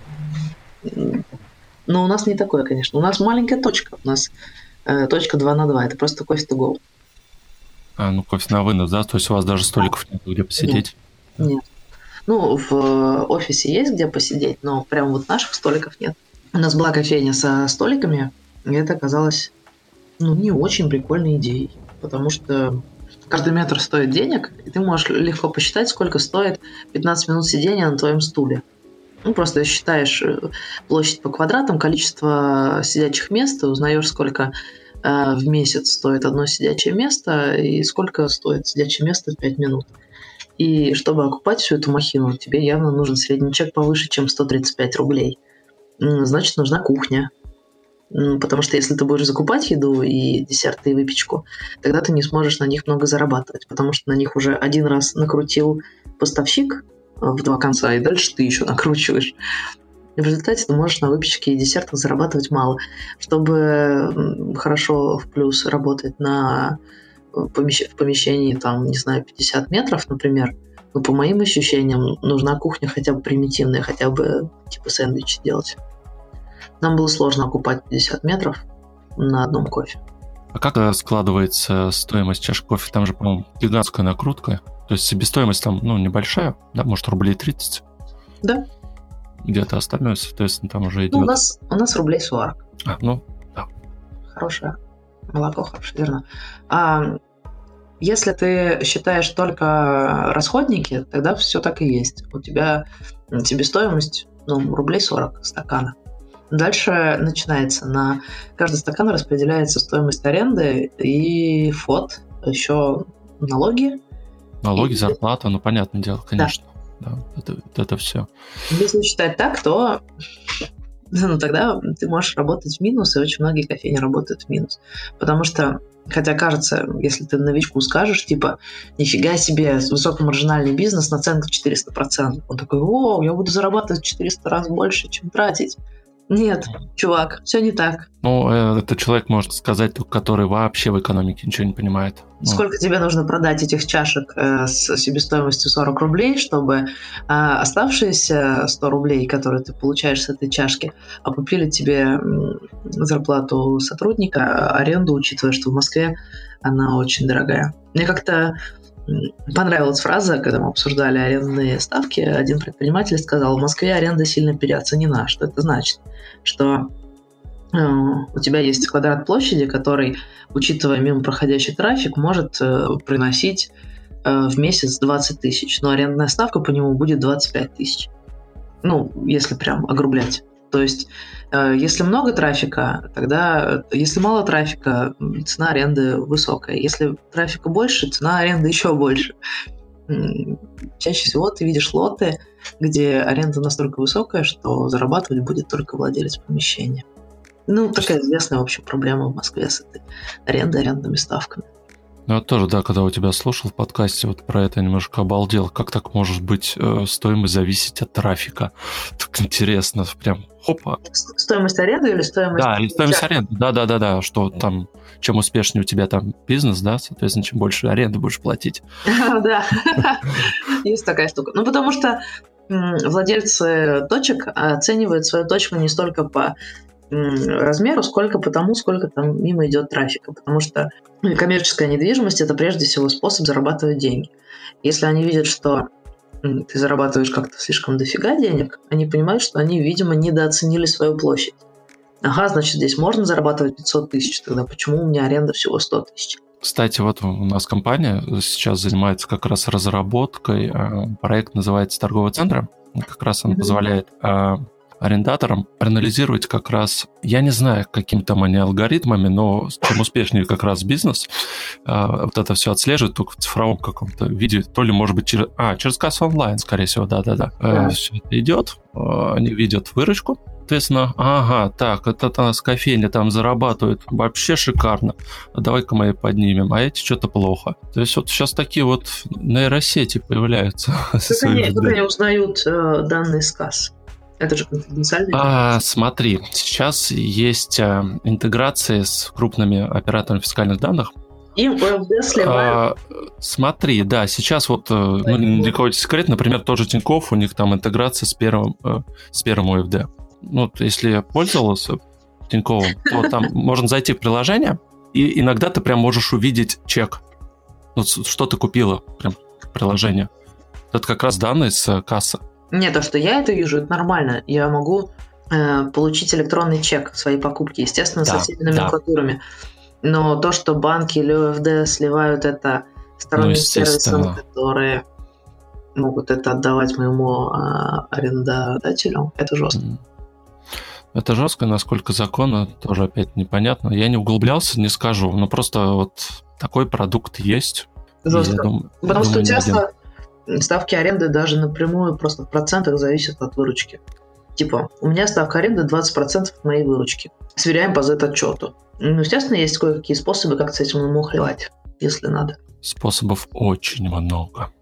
Но у нас не такое, конечно. У нас маленькая точка. У нас э, точка два на два. Это просто кофе to go. А, ну кофе на вынос, да? То есть у вас даже столиков нет, где посидеть? Нет. нет. Ну, в э, офисе есть где посидеть, но прям вот наших столиков нет. У нас была кофейня со столиками, и это оказалось, ну, не очень прикольной идеей. Потому что каждый метр стоит денег, и ты можешь легко посчитать, сколько стоит пятнадцать минут сидения на твоем стуле. Ну, просто считаешь площадь по квадратам, количество сидячих мест, и узнаешь, сколько э, в месяц стоит одно сидячее место, и сколько стоит сидячее место в пять минут. И чтобы окупать всю эту махину, тебе явно нужен средний чек повыше, чем сто тридцать пять рублей. Значит, нужна кухня. Потому что если ты будешь закупать еду и десерты, и выпечку, тогда ты не сможешь на них много зарабатывать, потому что на них уже один раз накрутил поставщик в два конца, и дальше ты еще накручиваешь. И в результате ты можешь на выпечке и десертах зарабатывать мало. Чтобы хорошо в плюс работать на помещ... в помещении, там, не знаю, пятьдесят метров, например, ну, по моим ощущениям, нужна кухня хотя бы примитивная, хотя бы типа сэндвичи делать. Нам было сложно окупать пятьдесят метров на одном кофе. А как складывается стоимость чашки кофе? Там же, по-моему, гигантская накрутка. То есть себестоимость там, ну, небольшая, да, может, рублей тридцать? Да. Где-то остальное, соответственно, там уже идет. Ну, у нас, у нас рублей сорок. А, ну, да. Хорошее молоко, хорошее, верно. А если ты считаешь только расходники, тогда все так и есть. У тебя себестоимость, ну, рублей сорок стакана. Дальше начинается. На каждый стакан распределяется стоимость аренды и фот, еще налоги. Налоги, и... зарплата, ну, понятное дело, конечно. Да, да это, это все. Если считать так, то ну, тогда ты можешь работать в минус, и очень многие кофейни работают в минус. Потому что, хотя кажется, если ты новичку скажешь, типа, нифига себе, высокомаржинальный бизнес, наценка четыреста процентов. Он такой: о, я буду зарабатывать в четыреста раз больше, чем тратить. Нет, чувак, все не так. Ну, это человек может сказать, который вообще в экономике ничего не понимает. Сколько тебе нужно продать этих чашек э, с себестоимостью сорок рублей, чтобы э, оставшиеся сто рублей, которые ты получаешь с этой чашки, окупили тебе э, зарплату сотрудника, аренду, учитывая, что в Москве она очень дорогая. Мне как-то понравилась фраза, когда мы обсуждали арендные ставки. Один предприниматель сказал: в Москве аренда сильно переоценена. Что это значит? Что э, у тебя есть квадрат площади, который, учитывая мимо проходящий трафик, может э, приносить э, в месяц двадцать тысяч, но арендная ставка по нему будет двадцать пять тысяч. Ну, если прям огрублять. То есть, э, если много трафика, тогда, если мало трафика, цена аренды высокая. Если трафика больше, цена аренды еще больше. Чаще всего ты видишь лоты, где аренда настолько высокая, что зарабатывать будет только владелец помещения. Ну, такая известная, в общем, проблема в Москве с этой арендой, арендными ставками. Ну, я тоже, да, когда у тебя слушал в подкасте вот про это, немножко обалдел. Как так может быть э, стоимость зависеть от трафика? Так интересно, прям хопа. Стоимость аренды или стоимость... Да, или стоимость аренды, да-да-да, что там, чем успешнее у тебя там бизнес, да, соответственно, чем больше аренды будешь платить. Да, есть такая штука. Ну, потому что владельцы точек оценивают свою точку не столько по размеру, сколько по тому, сколько там мимо идет трафика. Потому что коммерческая недвижимость – это прежде всего способ зарабатывать деньги. Если они видят, что ты зарабатываешь как-то слишком дофига денег, они понимают, что они, видимо, недооценили свою площадь. Ага, значит, здесь можно зарабатывать пятьсот тысяч, тогда почему у меня аренда всего сто тысяч? Кстати, вот у нас компания сейчас занимается как раз разработкой. Проект называется «Торговый центр». Как раз он mm-hmm. позволяет арендаторам проанализировать как раз, я не знаю, какими там они алгоритмами, но чем успешнее как раз бизнес, вот это все отслеживает только в цифровом каком-то виде, то ли, может быть, через, а, через кассу онлайн, скорее всего, да-да-да. Yeah. Все это идет, они видят выручку, соответственно, ага, так, это у нас кофейня там зарабатывает вообще шикарно, давай-ка мы ее поднимем, а эти что-то плохо. То есть вот сейчас такие вот нейросети появляются. Как они, как они узнают э, данные с касс? Это же конфиденциальный. А, смотри, сейчас есть а, интеграции с крупными операторами фискальных данных. Им ОФД сливают. А, смотри, да, сейчас вот, ну, для кого-то секрет, например, тоже Тинькофф, у них там интеграция с первым, с первым ОФД. Ну, если пользовался Тиньковым, то там можно зайти в приложение, и иногда ты прям можешь увидеть чек. Ну, что ты купила, прям приложение. Это как раз данные с кассы. Нет, то, что я это вижу, это нормально. Я могу э, получить электронный чек своей покупки, естественно, да, со всеми номенклатурами. Да. Но то, что банки или ОФД сливают это сторонним ну, сервисам, которые могут это отдавать моему э, арендодателю, это жестко. Это жестко, насколько законно, тоже опять непонятно. Я не углублялся, не скажу, но просто вот такой продукт есть. Жестко. Думаю, Потому думаю, что часто ставки аренды даже напрямую просто в процентах зависят от выручки. Типа, у меня ставка аренды двадцать процентов от моей выручки. Сверяем по зет-отчету. Ну, естественно, есть кое-какие способы, как с этим намухлевать, если надо. Способов очень много.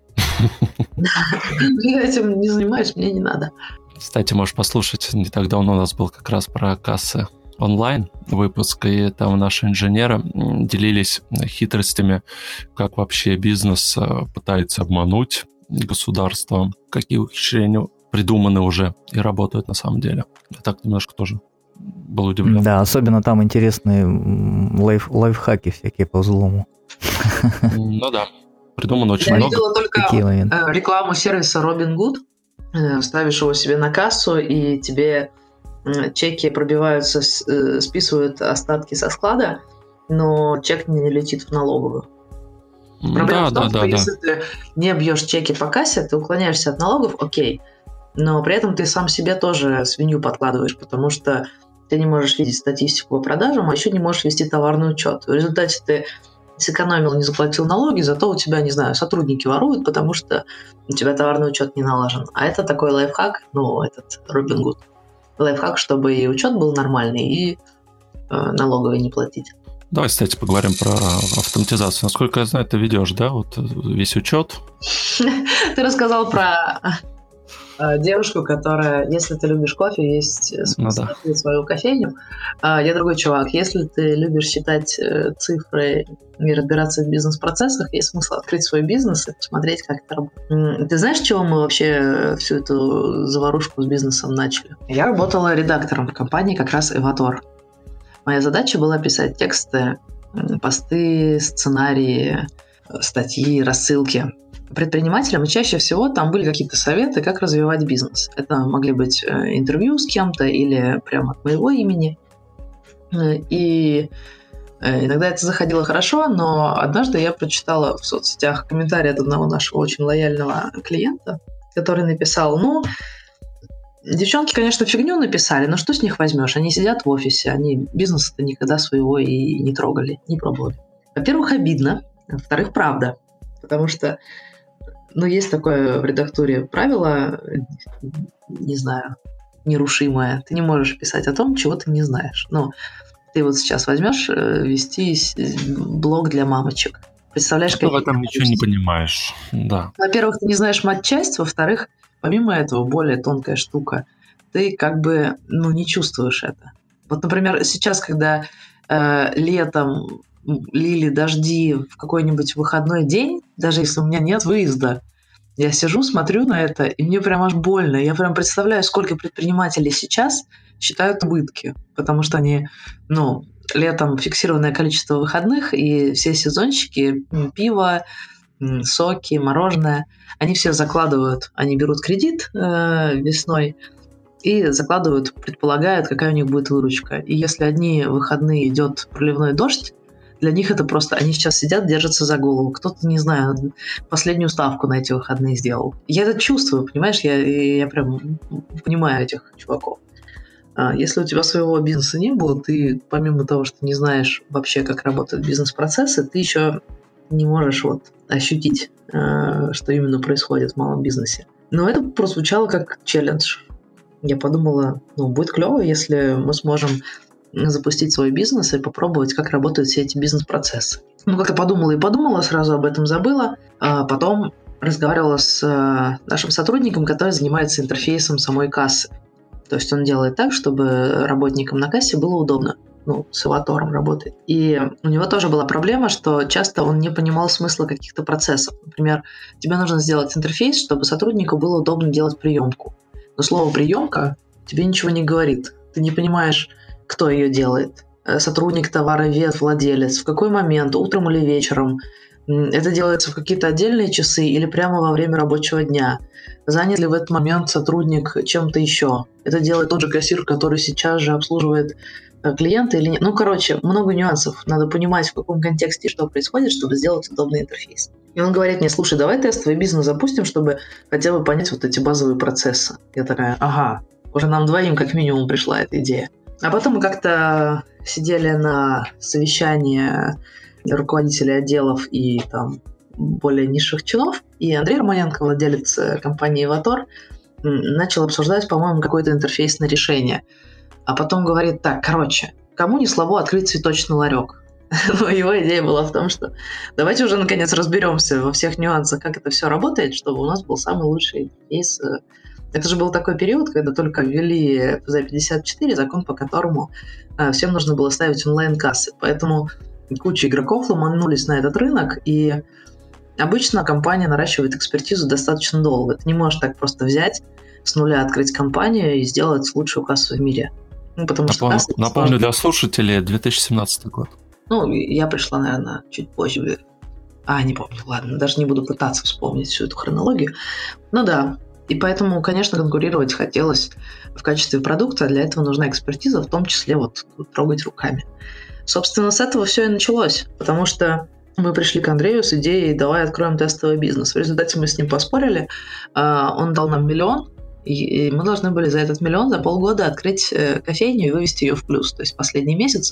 Я этим не занимаюсь, мне не надо. Кстати, можешь послушать, не так давно у нас был как раз про кассы онлайн выпуск, и там наши инженеры делились хитростями, как вообще бизнес пытается обмануть государство, какие ухищрения придуманы уже и работают на самом деле. Я так немножко тоже был удивлен. Да, особенно там интересные лайф, лайфхаки всякие по взлому. Ну да, придумано очень Я много. Я видела только рекламу сервиса Robinhood. Ставишь его себе на кассу, и тебе чеки пробиваются, списывают остатки со склада, но чек не летит в налоговую. Проблема да, в том, да, что да, если да. ты не бьешь чеки по кассе, ты уклоняешься от налогов, окей, но при этом ты сам себе тоже свинью подкладываешь, потому что ты не можешь видеть статистику по продажам, а еще не можешь вести товарный учет. В результате ты сэкономил, не заплатил налоги, зато у тебя, не знаю, сотрудники воруют, потому что у тебя товарный учет не налажен. А это такой лайфхак, ну, этот Robinhood. Лайфхак, чтобы и учет был нормальный, и э, налоговые не платить. Давай, кстати, поговорим про автоматизацию. Насколько я знаю, ты ведешь, да, вот весь учет? Ты рассказал про девушку, которая, если ты любишь кофе, есть смысл ну, да. свою кофейню. Я другой чувак. Если ты любишь считать цифры и разбираться в бизнес-процессах, есть смысл открыть свой бизнес и посмотреть, как это работает. Ты знаешь, с чего мы вообще всю эту заварушку с бизнесом начали? Я работала редактором в компании как раз Эватор. Моя задача была писать тексты, посты, сценарии, статьи, рассылки предпринимателям, и чаще всего там были какие-то советы, как развивать бизнес. Это могли быть интервью с кем-то или прямо от моего имени. И иногда это заходило хорошо, но однажды я прочитала в соцсетях комментарий от одного нашего очень лояльного клиента, который написал, ну, девчонки, конечно, фигню написали, но что с них возьмешь? Они сидят в офисе, они бизнеса-то никогда своего и не трогали, не пробовали. Во-первых, обидно, во-вторых, правда, потому что ну, есть такое в редактуре правило, не знаю, нерушимое. Ты не можешь писать о том, чего ты не знаешь. Ну, ты вот сейчас возьмешь вести блог для мамочек. Представляешь, ты в этом ничего не понимаешь. Да. Во-первых, ты не знаешь матчасть, во-вторых, помимо этого, более тонкая штука. Ты как бы, ну, не чувствуешь это. Вот, например, сейчас, когда э, летом лили дожди в какой-нибудь выходной день, даже если у меня нет выезда, Я сижу, смотрю на это, и мне прям аж больно. Я прям представляю, сколько предпринимателей сейчас считают убытки, потому что они, ну, летом фиксированное количество выходных, и все сезонщики, пиво, соки, мороженое, они все закладывают, они берут кредит э, весной и закладывают, предполагают, какая у них будет выручка. И если одни выходные идет проливной дождь, для них это просто... Они сейчас сидят, держатся за голову. Кто-то, не знаю, последнюю ставку на эти выходные сделал. Я это чувствую, понимаешь? Я, я прям понимаю этих чуваков. Если у тебя своего бизнеса не было, ты помимо того, что не знаешь вообще, как работают бизнес-процессы, ты еще не можешь вот ощутить, что именно происходит в малом бизнесе. Но это прозвучало как челлендж. Я подумала, ну, будет клево, если мы сможем запустить свой бизнес и попробовать, как работают все эти бизнес-процессы. Ну, как-то подумала и подумала, сразу об этом забыла. А потом разговаривала с нашим сотрудником, который занимается интерфейсом самой кассы. То есть он делает так, чтобы работникам на кассе было удобно. Ну, с Иватором работает. И у него тоже была проблема, что часто он не понимал смысла каких-то процессов. Например, тебе нужно сделать интерфейс, чтобы сотруднику было удобно делать приемку. Но слово «приемка» тебе ничего не говорит. Ты не понимаешь, кто ее делает. Сотрудник, товаровед, владелец. В какой момент, утром или вечером. Это делается в какие-то отдельные часы или прямо во время рабочего дня. Занят ли в этот момент сотрудник чем-то еще. Это делает тот же кассир, который сейчас же обслуживает клиента или нет. Ну, короче, много нюансов. Надо понимать, в каком контексте что происходит, чтобы сделать удобный интерфейс. И он говорит мне: слушай, давай тестовый бизнес запустим, чтобы хотя бы понять вот эти базовые процессы. Я такая: ага, уже нам двоим как минимум пришла эта идея. А потом мы как-то сидели на совещании руководителей отделов и там более низших чинов, и Андрей Романенко, владелец компании Иватор, начал обсуждать, по-моему, какое-то интерфейсное решение. А потом говорит: так, короче, кому ни слабо открыть цветочный ларек? Но его идея была в том, что давайте уже наконец разберемся во всех нюансах, как это все работает, чтобы у нас был самый лучший интерфейс. Это же был такой период, когда только ввели пэ зэ пятьдесят четыре, закон, по которому всем нужно было ставить онлайн-кассы. Поэтому куча игроков ломанулись на этот рынок, и обычно компания наращивает экспертизу достаточно долго. Ты не можешь так просто взять, с нуля открыть компанию и сделать лучшую кассу в мире. Ну, потому Напомню, что напомню для слушателей, две тысячи семнадцатый год. Ну, я пришла, наверное, чуть позже. А, не помню, ладно, даже не буду пытаться вспомнить всю эту хронологию. Ну да, и поэтому, конечно, конкурировать хотелось в качестве продукта, а для этого нужна экспертиза, в том числе вот трогать руками. Собственно, с этого все и началось, потому что мы пришли к Андрею с идеей: давай откроем тестовый бизнес. В результате мы с ним поспорили, он дал нам миллион, и мы должны были за этот миллион за полгода открыть кофейню и вывести ее в плюс. То есть последний месяц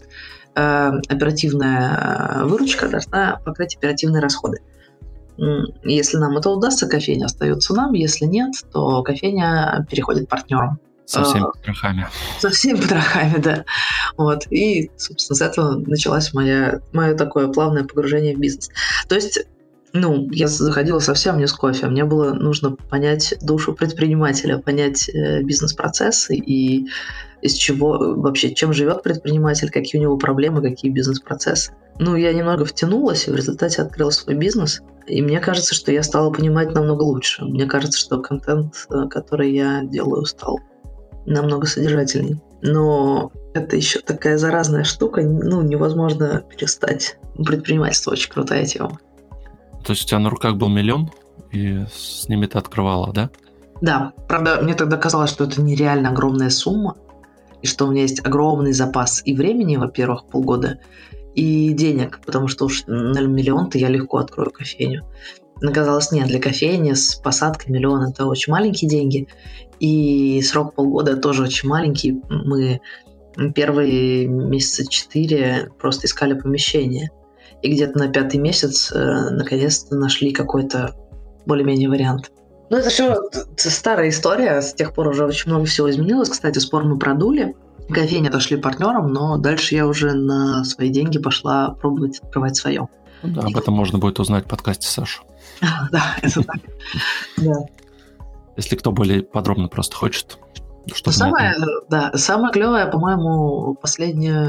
оперативная выручка должна покрыть оперативные расходы. Если нам это удастся, кофейня остается нам. Если нет, то кофейня переходит партнерам. Со всеми потрохами. Со всеми потрохами, да. Вот. И, собственно, с этого началось моя, мое такое плавное погружение в бизнес. То есть, ну, я заходила совсем не с кофе. Мне было нужно понять душу предпринимателя, понять э, бизнес-процессы и из чего вообще, чем живет предприниматель, какие у него проблемы, какие бизнес-процессы. Ну, я немного втянулась и в результате открыла свой бизнес. И мне кажется, что я стала понимать намного лучше. Мне кажется, что контент, который я делаю, стал намного содержательней. Но это еще такая заразная штука, ну, невозможно перестать. Предпринимательство очень крутая тема. То есть у тебя на руках был миллион, и с ними ты открывала, да? Да. Правда, мне тогда казалось, что это нереально огромная сумма, и что у меня есть огромный запас и времени, во-первых, полгода, и денег, потому что уж на миллион-то я легко открою кофейню. Оказалось, нет, для кофейни с посадкой миллион – это очень маленькие деньги, и срок полгода тоже очень маленький. Мы первые месяца четыре просто искали помещение, и где-то на пятый месяц э, наконец-то нашли какой-то более-менее вариант. Ну, это все старая история, с тех пор уже очень много всего изменилось. Кстати, спор мы продули, кофейни отошли партнерам, но дальше я уже на свои деньги пошла пробовать открывать свое. Да, об этом можно будет узнать в подкасте Саши. Да, это так. Да. Если кто более подробно просто хочет. Самое, да, самое клевое, по-моему, последнюю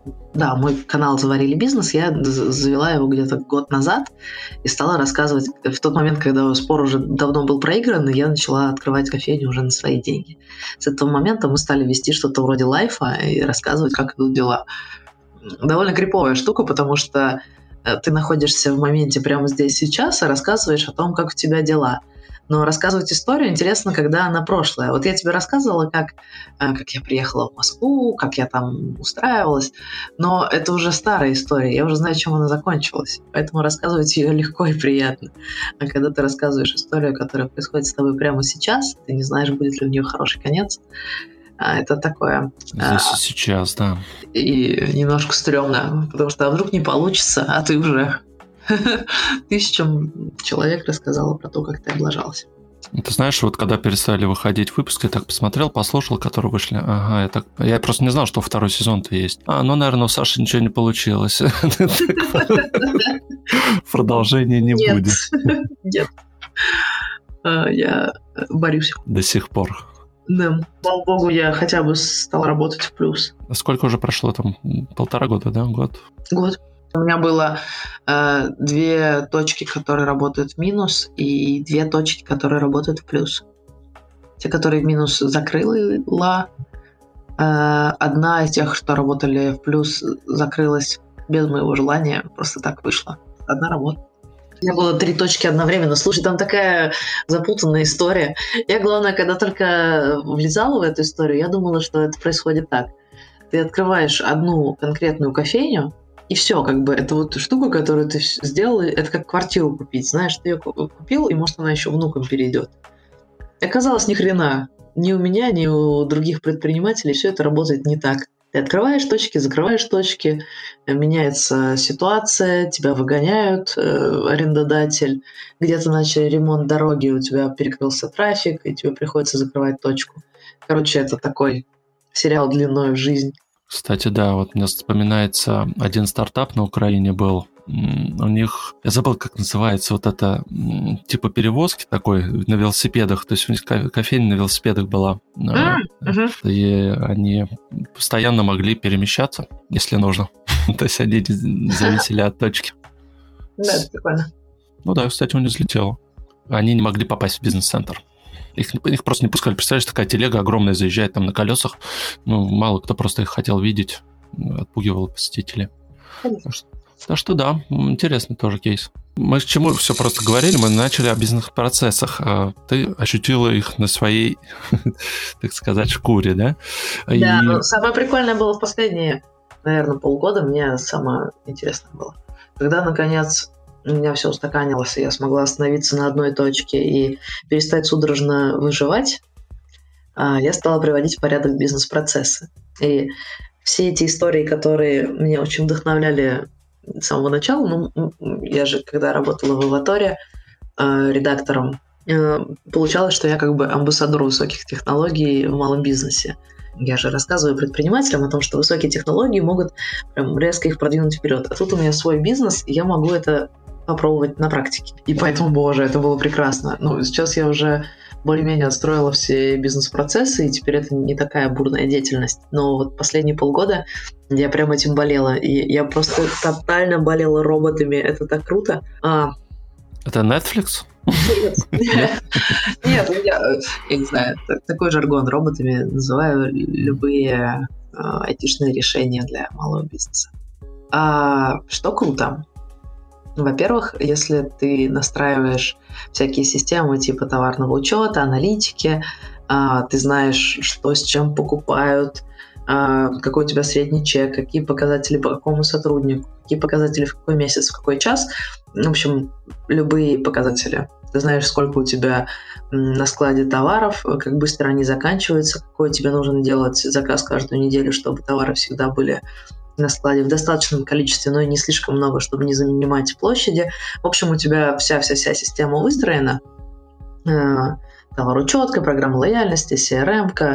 да, мой канал «Заварили бизнес», я завела его где-то год назад и стала рассказывать. В тот момент, когда спор уже давно был проигран, я начала открывать кофейню уже на свои деньги. С этого момента мы стали вести что-то вроде лайфа и рассказывать, как идут дела. Довольно криповая штука, потому что ты находишься в моменте прямо здесь сейчас и рассказываешь о том, как у тебя дела. Но рассказывать историю интересно, когда она прошлая. Вот я тебе рассказывала, как, как я приехала в Москву, как я там устраивалась, но это уже старая история, я уже знаю, чем она закончилась. Поэтому рассказывать ее легко и приятно. А когда ты рассказываешь историю, которая происходит с тобой прямо сейчас, ты не знаешь, будет ли у нее хороший конец, это такое... Здесь и сейчас, да. И немножко стрёмно, потому что а вдруг не получится, а ты уже... Тысячам человек рассказала про то, как ты облажался. Ты знаешь, вот когда перестали выходить выпуски, я так посмотрел, послушал, которые вышли. Ага, я так... Я просто не знал, что второй сезон-то есть. А, ну, наверное, у Саши ничего не получилось. Продолжения не будет. Нет. Я борюсь. До сих пор. Да. Слава богу, я хотя бы стала работать в плюс. Сколько уже прошло там? Полтора года, да? Год? Год. У меня было э, две точки, которые работают в минус, и две точки, которые работают в плюс. Те, которые в минус закрыла, э, одна из тех, что работали в плюс, закрылась без моего желания, просто так вышло. Одна работа. У меня было три точки одновременно. Слушай, там такая запутанная история. Я, главное, когда только влезала в эту историю, я думала, что это происходит так. Ты открываешь одну конкретную кофейню, и все, как бы, это вот штука, которую ты сделал, это как квартиру купить, знаешь, ты ее купил, и, может, она еще внукам перейдет. И оказалось, ни хрена, ни у меня, ни у других предпринимателей все это работает не так. Ты открываешь точки, закрываешь точки, меняется ситуация, тебя выгоняют, э, арендодатель, где-то начали ремонт дороги, у тебя перекрылся трафик, и тебе приходится закрывать точку. Короче, это такой сериал длиной в жизнь. Кстати, да, вот мне вспоминается один стартап на Украине был. У них, я забыл, как называется, вот это типа перевозки такой на велосипедах. То есть у них кофейня на велосипедах была. Mm-hmm. И они постоянно могли перемещаться, если нужно. То есть они зависели от точки. Да, это прикольно. Ну да, кстати, у них взлетело. Они не могли попасть в бизнес-центр. Их, их просто не пускали. Представляешь, такая телега огромная заезжает там на колесах. Ну, мало кто просто их хотел видеть. Отпугивал посетителей. Так что, так что да, интересный тоже кейс. Мы к чему все просто говорили? Мы начали о бизнес-процессах. А ты ощутила их на своей, так сказать, шкуре, да? Да, И... ну, самое прикольное было в последние, наверное, полгода. Мне самое интересное было. Когда, наконец... у меня все устаканилось, и я смогла остановиться на одной точке и перестать судорожно выживать, я стала приводить в порядок бизнес-процессы. И все эти истории, которые меня очень вдохновляли с самого начала, ну, я же, когда работала в Avatar редактором, получалось, что я как бы амбассадор высоких технологий в малом бизнесе. Я же рассказываю предпринимателям о том, что высокие технологии могут прям резко их продвинуть вперед. А тут у меня свой бизнес, и я могу это попробовать на практике. И поэтому, боже, это было прекрасно. Ну, сейчас я уже более-менее отстроила все бизнес-процессы, и теперь это не такая бурная деятельность. Но вот последние полгода я прям этим болела. И я просто тотально болела роботами. Это так круто. А... Это Netflix? Нет, Нет, я, я не знаю, такой жаргон роботами называю любые айтишные решения для малого бизнеса. А что круто? Во-первых, если ты настраиваешь всякие системы типа товарного учета, аналитики, ты знаешь, что с чем покупают, какой у тебя средний чек, какие показатели по какому сотруднику, какие показатели в какой месяц, в какой час, в общем, любые показатели. Ты знаешь, сколько у тебя на складе товаров, как быстро они заканчиваются, какой тебе нужно делать заказ каждую неделю, чтобы товары всегда были на складе в достаточном количестве, но и не слишком много, чтобы не занимать площади. В общем, у тебя вся-вся-вся система выстроена. Товаручетка, программа лояльности, си эр эм-ка,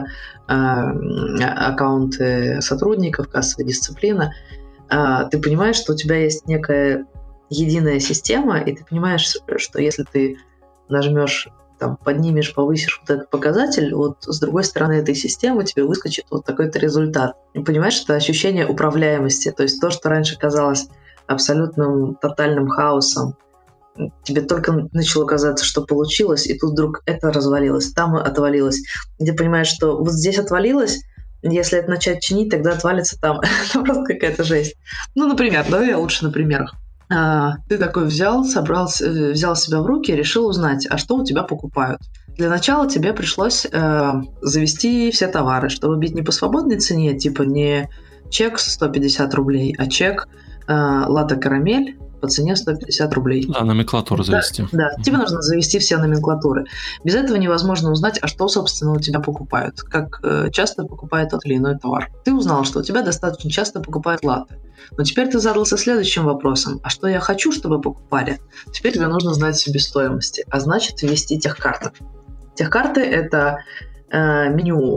аккаунты сотрудников, кассовая дисциплина. Ты понимаешь, что у тебя есть некая единая система, и ты понимаешь, что если ты нажмешь там поднимешь, повысишь вот этот показатель, вот с другой стороны этой системы тебе выскочит вот такой-то результат. И понимаешь, это ощущение управляемости, то есть то, что раньше казалось абсолютным тотальным хаосом, тебе только начало казаться, что получилось, и тут вдруг это развалилось, там отвалилось. И ты понимаешь, что вот здесь отвалилось, если это начать чинить, тогда отвалится там. Это просто какая-то жесть. Ну, например, давай я лучше на примерах. А, ты такой взял, собрался, взял себя в руки и решил узнать, а что у тебя покупают. Для начала тебе пришлось э, завести все товары, чтобы бить не по свободной цене, типа не чек сто пятьдесят рублей, а чек э, латте-карамель по цене сто пятьдесят рублей. Да, номенклатуру завести. Да, да, тебе нужно завести все номенклатуры. Без этого невозможно узнать, а что, собственно, у тебя покупают, как э, часто покупают тот или иной товар. Ты узнал, что у тебя достаточно часто покупают латте. Но теперь ты задался следующим вопросом. А что я хочу, чтобы покупали? Теперь тебе нужно знать себестоимости, а значит ввести техкарты. Техкарты – это э,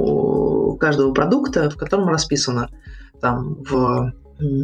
меню каждого продукта, в котором расписано там в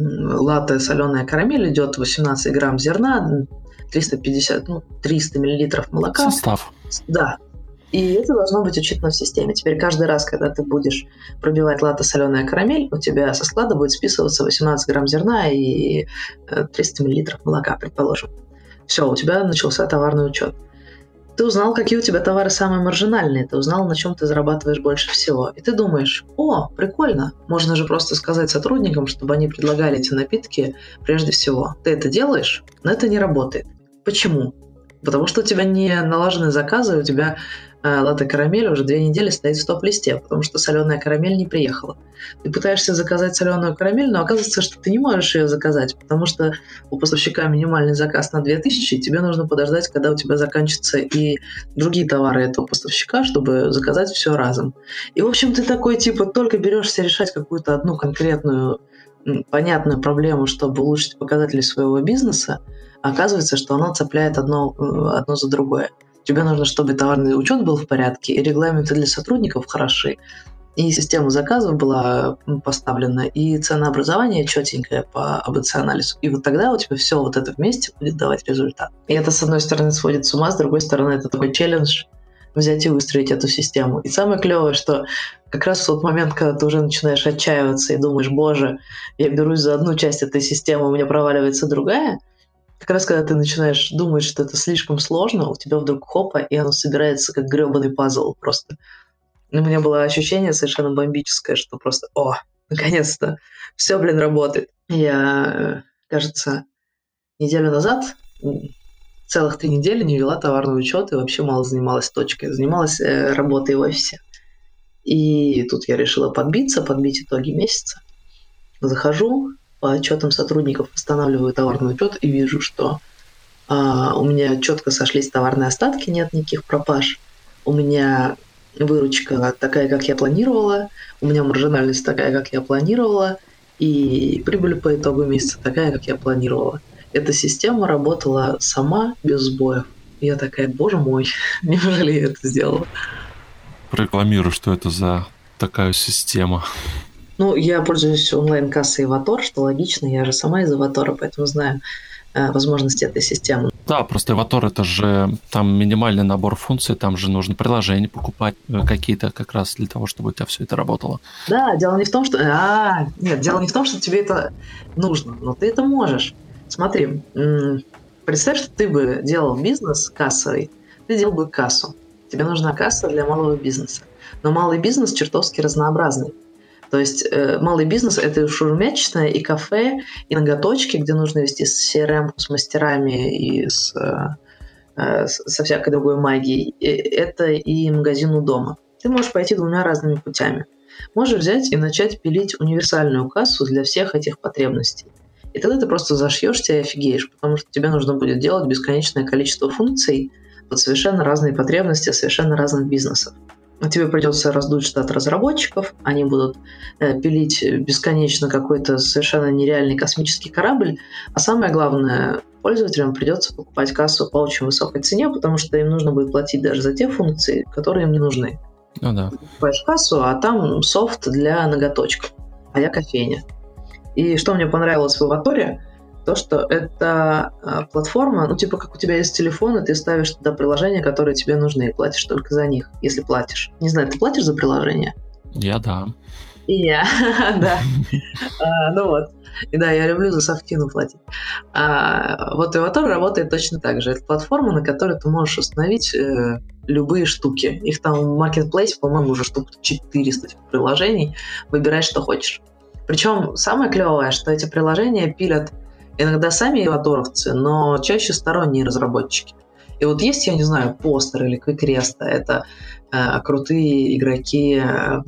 латте соленая карамель идет восемнадцать грамм зерна, триста пятьдесят, ну, триста миллилитров молока. Состав. Да. И это должно быть учитано в системе. Теперь каждый раз, когда ты будешь пробивать латте соленая карамель, у тебя со склада будет списываться восемнадцать грамм зерна и триста миллилитров молока, предположим. Все, у тебя начался товарный учет. Ты узнал, какие у тебя товары самые маржинальные, ты узнал, на чем ты зарабатываешь больше всего. И ты думаешь, о, прикольно, можно же просто сказать сотрудникам, чтобы они предлагали эти напитки прежде всего. Ты это делаешь, но это не работает. Почему? Потому что у тебя не налажены заказы, у тебя э, латте-карамель уже две недели стоит в стоп-листе, потому что соленая карамель не приехала. Ты пытаешься заказать соленую карамель, но оказывается, что ты не можешь ее заказать, потому что у поставщика минимальный заказ на две тысячи, и тебе нужно подождать, когда у тебя заканчиваются и другие товары этого поставщика, чтобы заказать все разом. И, в общем, ты такой, типа, только берешься решать какую-то одну конкретную, понятную проблему, чтобы улучшить показатели своего бизнеса, оказывается, что оно цепляет одно, одно за другое. Тебе нужно, чтобы товарный учет был в порядке, и регламенты для сотрудников хороши, и система заказов была поставлена, и ценообразование четенькое по эй би си-анализу. И вот тогда у тебя все вот это вместе будет давать результат. И это, с одной стороны, сводит с ума, с другой стороны, это такой челлендж взять и выстроить эту систему. И самое клевое, что как раз в тот момент, когда ты уже начинаешь отчаиваться и думаешь, боже, я берусь за одну часть этой системы, у меня проваливается другая, как раз когда ты начинаешь думать, что это слишком сложно, у тебя вдруг хопа, и оно собирается как гребаный пазл просто. У меня было ощущение совершенно бомбическое, что просто, о, наконец-то, все, блин, работает. Я, кажется, неделю назад, целых три недели не вела товарный учет и вообще мало занималась точкой, занималась э, работой в офисе. И тут я решила подбиться, подбить итоги месяца. Захожу, по отчетам сотрудников восстанавливаю товарный учет и вижу, что а, у меня четко сошлись товарные остатки, нет никаких пропаж. У меня выручка такая, как я планировала, у меня маржинальность такая, как я планировала, и прибыль по итогу месяца такая, как я планировала. Эта система работала сама, без сбоев. И я такая, боже мой, неужели я это сделала? Прорекламирую, что это за такая система. Ну, я пользуюсь онлайн-кассой Эватор, что логично, я же сама из Эватора, поэтому знаю э, возможности этой системы. Да, просто Эватор это же там минимальный набор функций, там же нужно приложения покупать какие-то как раз для того, чтобы у тебя все это работало. Да, дело не в том, что... А, нет, дело не в том, что тебе это нужно, но ты это можешь. Смотри, м- представь, что ты бы делал бизнес кассовый, ты делал бы кассу. Тебе нужна касса для малого бизнеса. Но малый бизнес чертовски разнообразный. То есть э, малый бизнес – это и шаурмячная, и кафе, и ноготочки, где нужно вести си эр эм с мастерами и с, э, со всякой другой магией. И это и магазин у дома. Ты можешь пойти двумя разными путями. Можешь взять и начать пилить универсальную кассу для всех этих потребностей. И тогда ты просто зашьешься и офигеешь, потому что тебе нужно будет делать бесконечное количество функций под совершенно разные потребности совершенно разных бизнесов. Тебе придется раздуть штат разработчиков, они будут э, пилить бесконечно какой-то совершенно нереальный космический корабль, а самое главное, пользователям придется покупать кассу по очень высокой цене, потому что им нужно будет платить даже за те функции, которые им не нужны. Ну да. Ты покупаешь кассу, а там софт для ноготочков, а я кофейня. И что мне понравилось в Эваторе, то, что это э, платформа, ну, типа, как у тебя есть телефон, и ты ставишь туда приложения, которые тебе нужны, и платишь только за них, если платишь. Не знаю, ты платишь за приложение? Я да. И я, да. Ну вот. И да, я люблю за софтину платить. Вот Avatar работает точно так же. Это платформа, на которой ты можешь установить любые штуки. Их там в Marketplace, по-моему, уже штук четыреста приложений. Выбирай, что хочешь. Причем самое клевое, что эти приложения пилят иногда сами аватаровцы, но чаще сторонние разработчики. И вот есть, я не знаю, Постер или Quickresto, это э, крутые игроки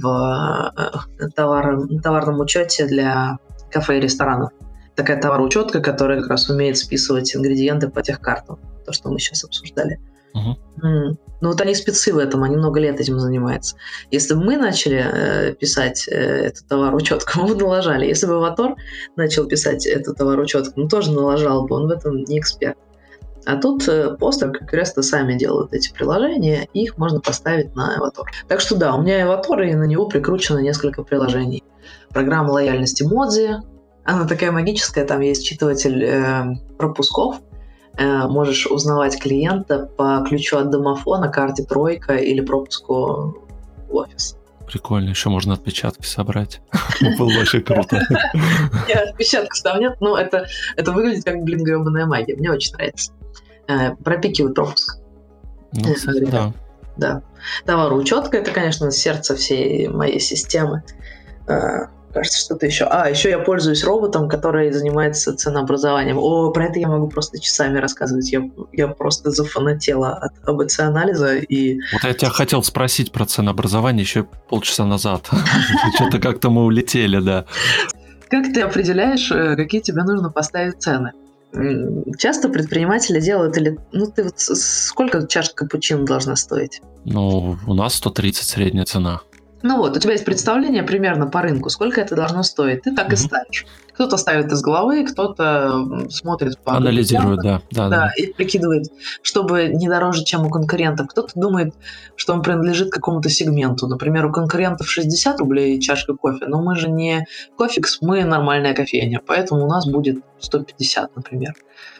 в э, товар, товарном учете для кафе и ресторанов. Такая товароучетка, которая как раз умеет списывать ингредиенты по техкартам, то, что мы сейчас обсуждали. Uh-huh. Mm. Ну вот они спецы в этом, они много лет этим занимаются. Если бы мы начали э, писать э, эту товароучетку, мы бы налажали. Если бы Avatar начал писать эту товароучетку, он тоже налажал бы, он в этом не эксперт. А тут Постер, как раз сами делают эти приложения, и их можно поставить на Avatar. Так что да, у меня Avatar, и на него прикручено несколько приложений. Программа лояльности Mozi, она такая магическая, там есть считыватель э, пропусков. Э, можешь узнавать клиента по ключу от домофона, карте тройка или пропуску в офис. Прикольно, еще можно отпечатки собрать. Было вообще круто. Нет, отпечатков там нет, но это выглядит как, блин, гребаная магия. Мне очень нравится. Пропикивает пропуск. Ну, кстати, да. Да. Товароучетка — это, конечно, сердце всей моей системы. Кажется, что-то еще. А, еще я пользуюсь роботом, который занимается ценообразованием. О, про это я могу просто часами рассказывать. Я, я просто зафанатела от АБЦ-анализа. И... Вот я тебя хотел спросить про ценообразование еще полчаса назад. Что-то как-то мы улетели, да. Как ты определяешь, какие тебе нужно поставить цены? Часто предприниматели делают или... Ну, ты вот сколько чашка капучино должна стоить? Ну, у нас сто тридцать средняя цена. Ну вот, у тебя есть представление примерно по рынку, сколько это должно стоить. Ты так mm-hmm. и ставишь. Кто-то ставит из головы, кто-то смотрит по... Анализирует, да, да, да. Да, и прикидывает, чтобы не дороже, чем у конкурентов. Кто-то думает, что он принадлежит какому-то сегменту. Например, у конкурентов шестьдесят рублей чашка кофе, но мы же не кофикс, мы нормальная кофейня, поэтому у нас будет сто пятьдесят, например.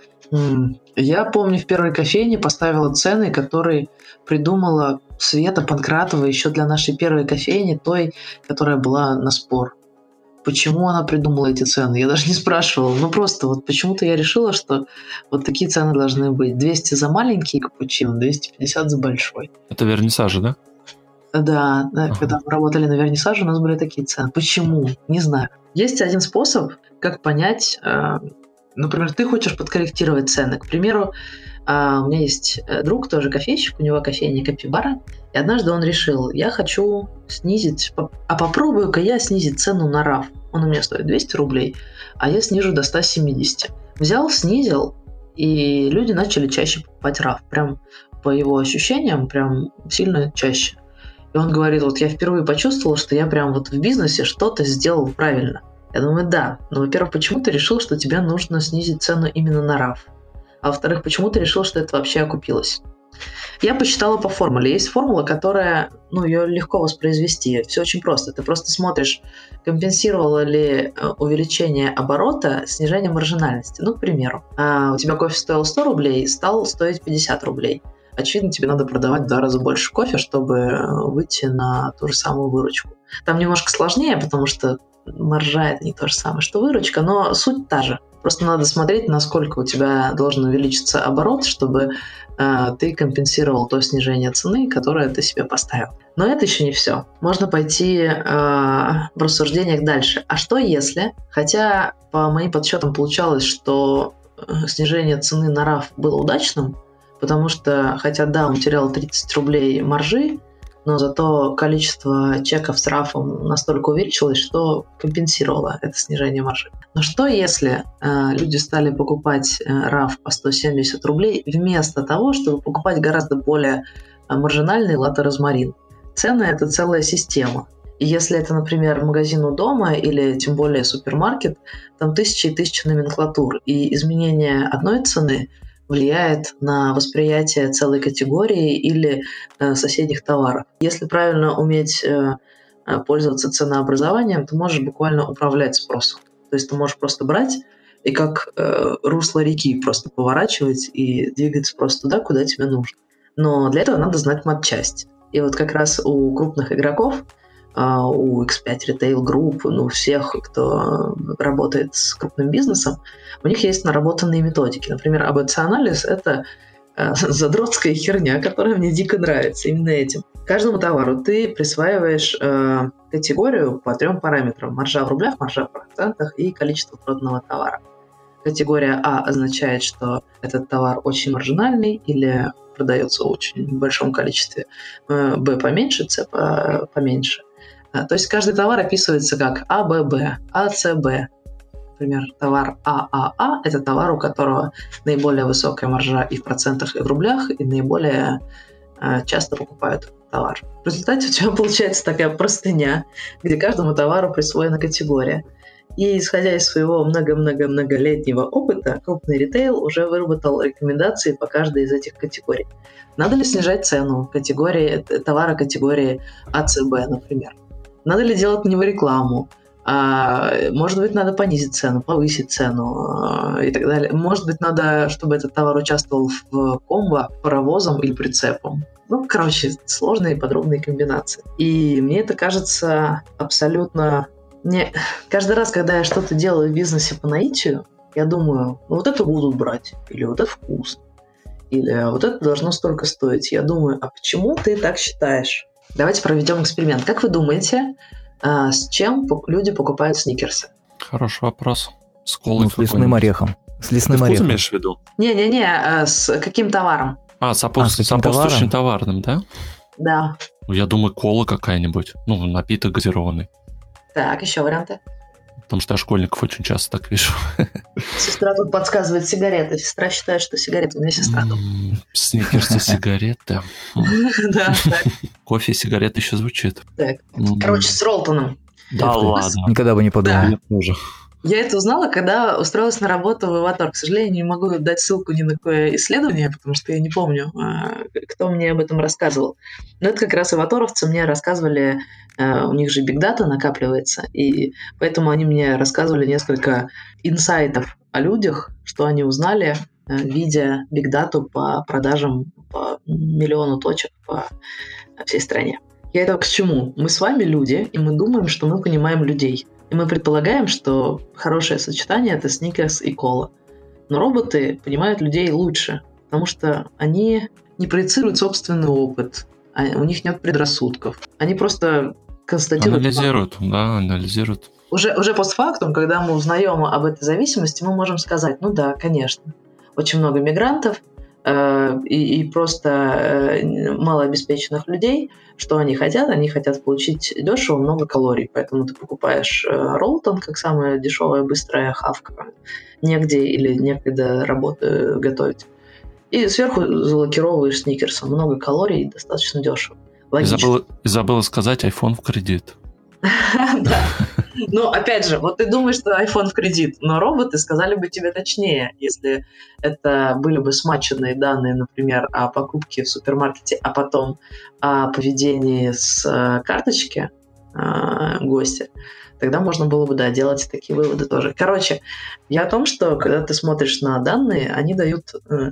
Я помню, в первой кофейне поставила цены, которые придумала Света Панкратова еще для нашей первой кофейни, той, которая была на спор. Почему она придумала эти цены? Я даже не спрашивала. Ну просто вот почему-то я решила, что вот такие цены должны быть. двести за маленький капучино, двести пятьдесят за большой. Это вернисажи, да? Да, да. Ага. Когда мы работали на вернисаже, у нас были такие цены. Почему? Не знаю. Есть один способ, как понять... Например, ты хочешь подкорректировать цены. К примеру, у меня есть друг, тоже кофейщик, у него кофейня Капибара, и однажды он решил, я хочу снизить, а попробую-ка я снизить цену на раф. Он у меня стоит двести рублей, а я снижу до сто семьдесят. Взял, снизил, и люди начали чаще покупать раф. Прям по его ощущениям, прям сильно чаще. И он говорит, вот я впервые почувствовал, что я прям вот в бизнесе что-то сделал правильно. Я думаю, да. Но, во-первых, почему ты решил, что тебе нужно снизить цену именно на раф? А во-вторых, почему ты решил, что это вообще окупилось? Я посчитала по формуле. Есть формула, которая, ну, ее легко воспроизвести. Все очень просто. Ты просто смотришь, компенсировало ли увеличение оборота снижение маржинальности. Ну, к примеру, у тебя кофе стоил сто рублей, стал стоить пятьдесят рублей. Очевидно, тебе надо продавать в два раза больше кофе, чтобы выйти на ту же самую выручку. Там немножко сложнее, потому что маржа — это не то же самое, что выручка, но суть та же. Просто надо смотреть, насколько у тебя должен увеличиться оборот, чтобы э, ты компенсировал то снижение цены, которое ты себе поставил. Но это еще не все. Можно пойти э, в рассуждениях дальше. А что если, хотя по моим подсчетам получалось, что снижение цены на раф было удачным, потому что, хотя да, он терял тридцать рублей маржи, но зато количество чеков с рафом настолько увеличилось, что компенсировало это снижение маржи. Но что если э, люди стали покупать э, раф по сто семьдесят рублей вместо того, чтобы покупать гораздо более э, маржинальный латте-розмарин? Цены — это целая система. И если это, например, магазин у дома или тем более супермаркет, там тысячи и тысячи номенклатур, и изменение одной цены влияет на восприятие целой категории или э, соседних товаров. Если правильно уметь э, пользоваться ценообразованием, ты можешь буквально управлять спросом. То есть ты можешь просто брать и как э, русло реки просто поворачивать и двигаться просто туда, куда тебе нужно. Но для этого надо знать матчасть. И вот как раз у крупных игроков, у икс пять Retail Group, ну, у всех, кто работает с крупным бизнесом, у них есть наработанные методики. Например, эй би си-анализ — это задротская херня, которая мне дико нравится именно этим. Каждому товару ты присваиваешь э, категорию по трем параметрам. Маржа в рублях, маржа в процентах и количество проданного товара. Категория А означает, что этот товар очень маржинальный или продается в очень большом количестве. Б поменьше, С поменьше. То есть каждый товар описывается как А, Б, Б, А, С, Б. Например, товар А А А – это товар, у которого наиболее высокая маржа и в процентах, и в рублях, и наиболее э, часто покупают этот товар. В результате у тебя получается такая простыня, где каждому товару присвоена категория. И исходя из своего много-много-многолетнего опыта, крупный ритейл уже выработал рекомендации по каждой из этих категорий. Надо ли снижать цену категории, товара категории А, С, Б, например? Надо ли делать на него рекламу? А, может быть, надо понизить цену, повысить цену а, и так далее. Может быть, надо, чтобы этот товар участвовал в комбо паровозом или прицепом. Ну, короче, сложные и подробные комбинации. И мне это кажется абсолютно... Мне... Каждый раз, когда я что-то делаю в бизнесе по наитию, я думаю, ну вот это будут брать, или вот это вкусно, или вот это должно столько стоить. Я думаю, а почему ты так считаешь? Давайте проведем эксперимент. Как вы думаете, с чем люди покупают сникерсы? Хороший вопрос. С колой. Ну, с лесным орехом. С лесным Ты орехом. имеешь в виду? Не-не-не, с каким товаром? А, с сопутствующим товарным, да? Да. Ну, я думаю, кола какая-нибудь. Ну, напиток газированный. Так, еще варианты? Потому что я школьников очень часто так вижу. Сестра тут подсказывает сигареты. Сестра считает, что сигареты. У меня сестра тут. Сникерсы, сигареты. Да, так. Кофе и сигареты еще звучит. Так, короче, с Ролтоном. Да ладно. Никогда бы не подумал. Я тоже. Я это узнала, когда устроилась на работу в Эватор. К сожалению, не могу дать ссылку ни на какое исследование, потому что я не помню, кто мне об этом рассказывал. Но это как раз эваторовцы мне рассказывали, у них же Big Data накапливается, и поэтому они мне рассказывали несколько инсайтов о людях, что они узнали, видя Big Data по продажам по миллиону точек по всей стране. Я это к чему? Мы с вами люди, и мы думаем, что мы понимаем людей. И мы предполагаем, что хорошее сочетание – это сникерс и кола. Но роботы понимают людей лучше, потому что они не проецируют собственный опыт, у них нет предрассудков. Они просто констатируют... Анализируют, факт. да, анализируют. Уже, уже постфактум, когда мы узнаем об этой зависимости, мы можем сказать, ну да, конечно, очень много мигрантов, И, и просто малообеспеченных людей, что они хотят? Они хотят получить дешево много калорий, поэтому ты покупаешь Ролтон как самая дешевая, быстрая хавка, негде или некогда работу готовить. И сверху залакировываешь сникерсом. Много калорий и достаточно дешево. Логично. И забыла, и забыла сказать, iPhone в кредит. Да. Но опять же, вот ты думаешь, что iPhone в кредит, но роботы сказали бы тебе точнее, если это были бы смаченные данные, например, о покупке в супермаркете, а потом о поведении с карточки э, гостя, тогда можно было бы, да, делать такие выводы тоже. Короче, я о том, что когда ты смотришь на данные, они дают э,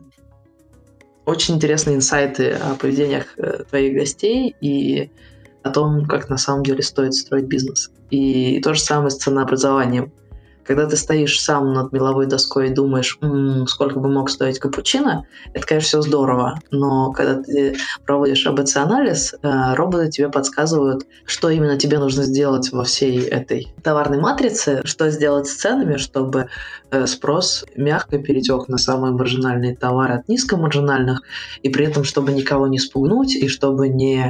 очень интересные инсайты о поведениях э, твоих гостей и о том, как на самом деле стоит строить бизнес. И то же самое с ценообразованием. Когда ты стоишь сам над меловой доской и думаешь, м-м, сколько бы мог стоить капучино, это, конечно, все здорово, но когда ты проводишь эй би си-анализ, роботы тебе подсказывают, что именно тебе нужно сделать во всей этой товарной матрице, что сделать с ценами, чтобы спрос мягко перетек на самые маржинальные товары от низкомаржинальных, и при этом, чтобы никого не спугнуть, и чтобы не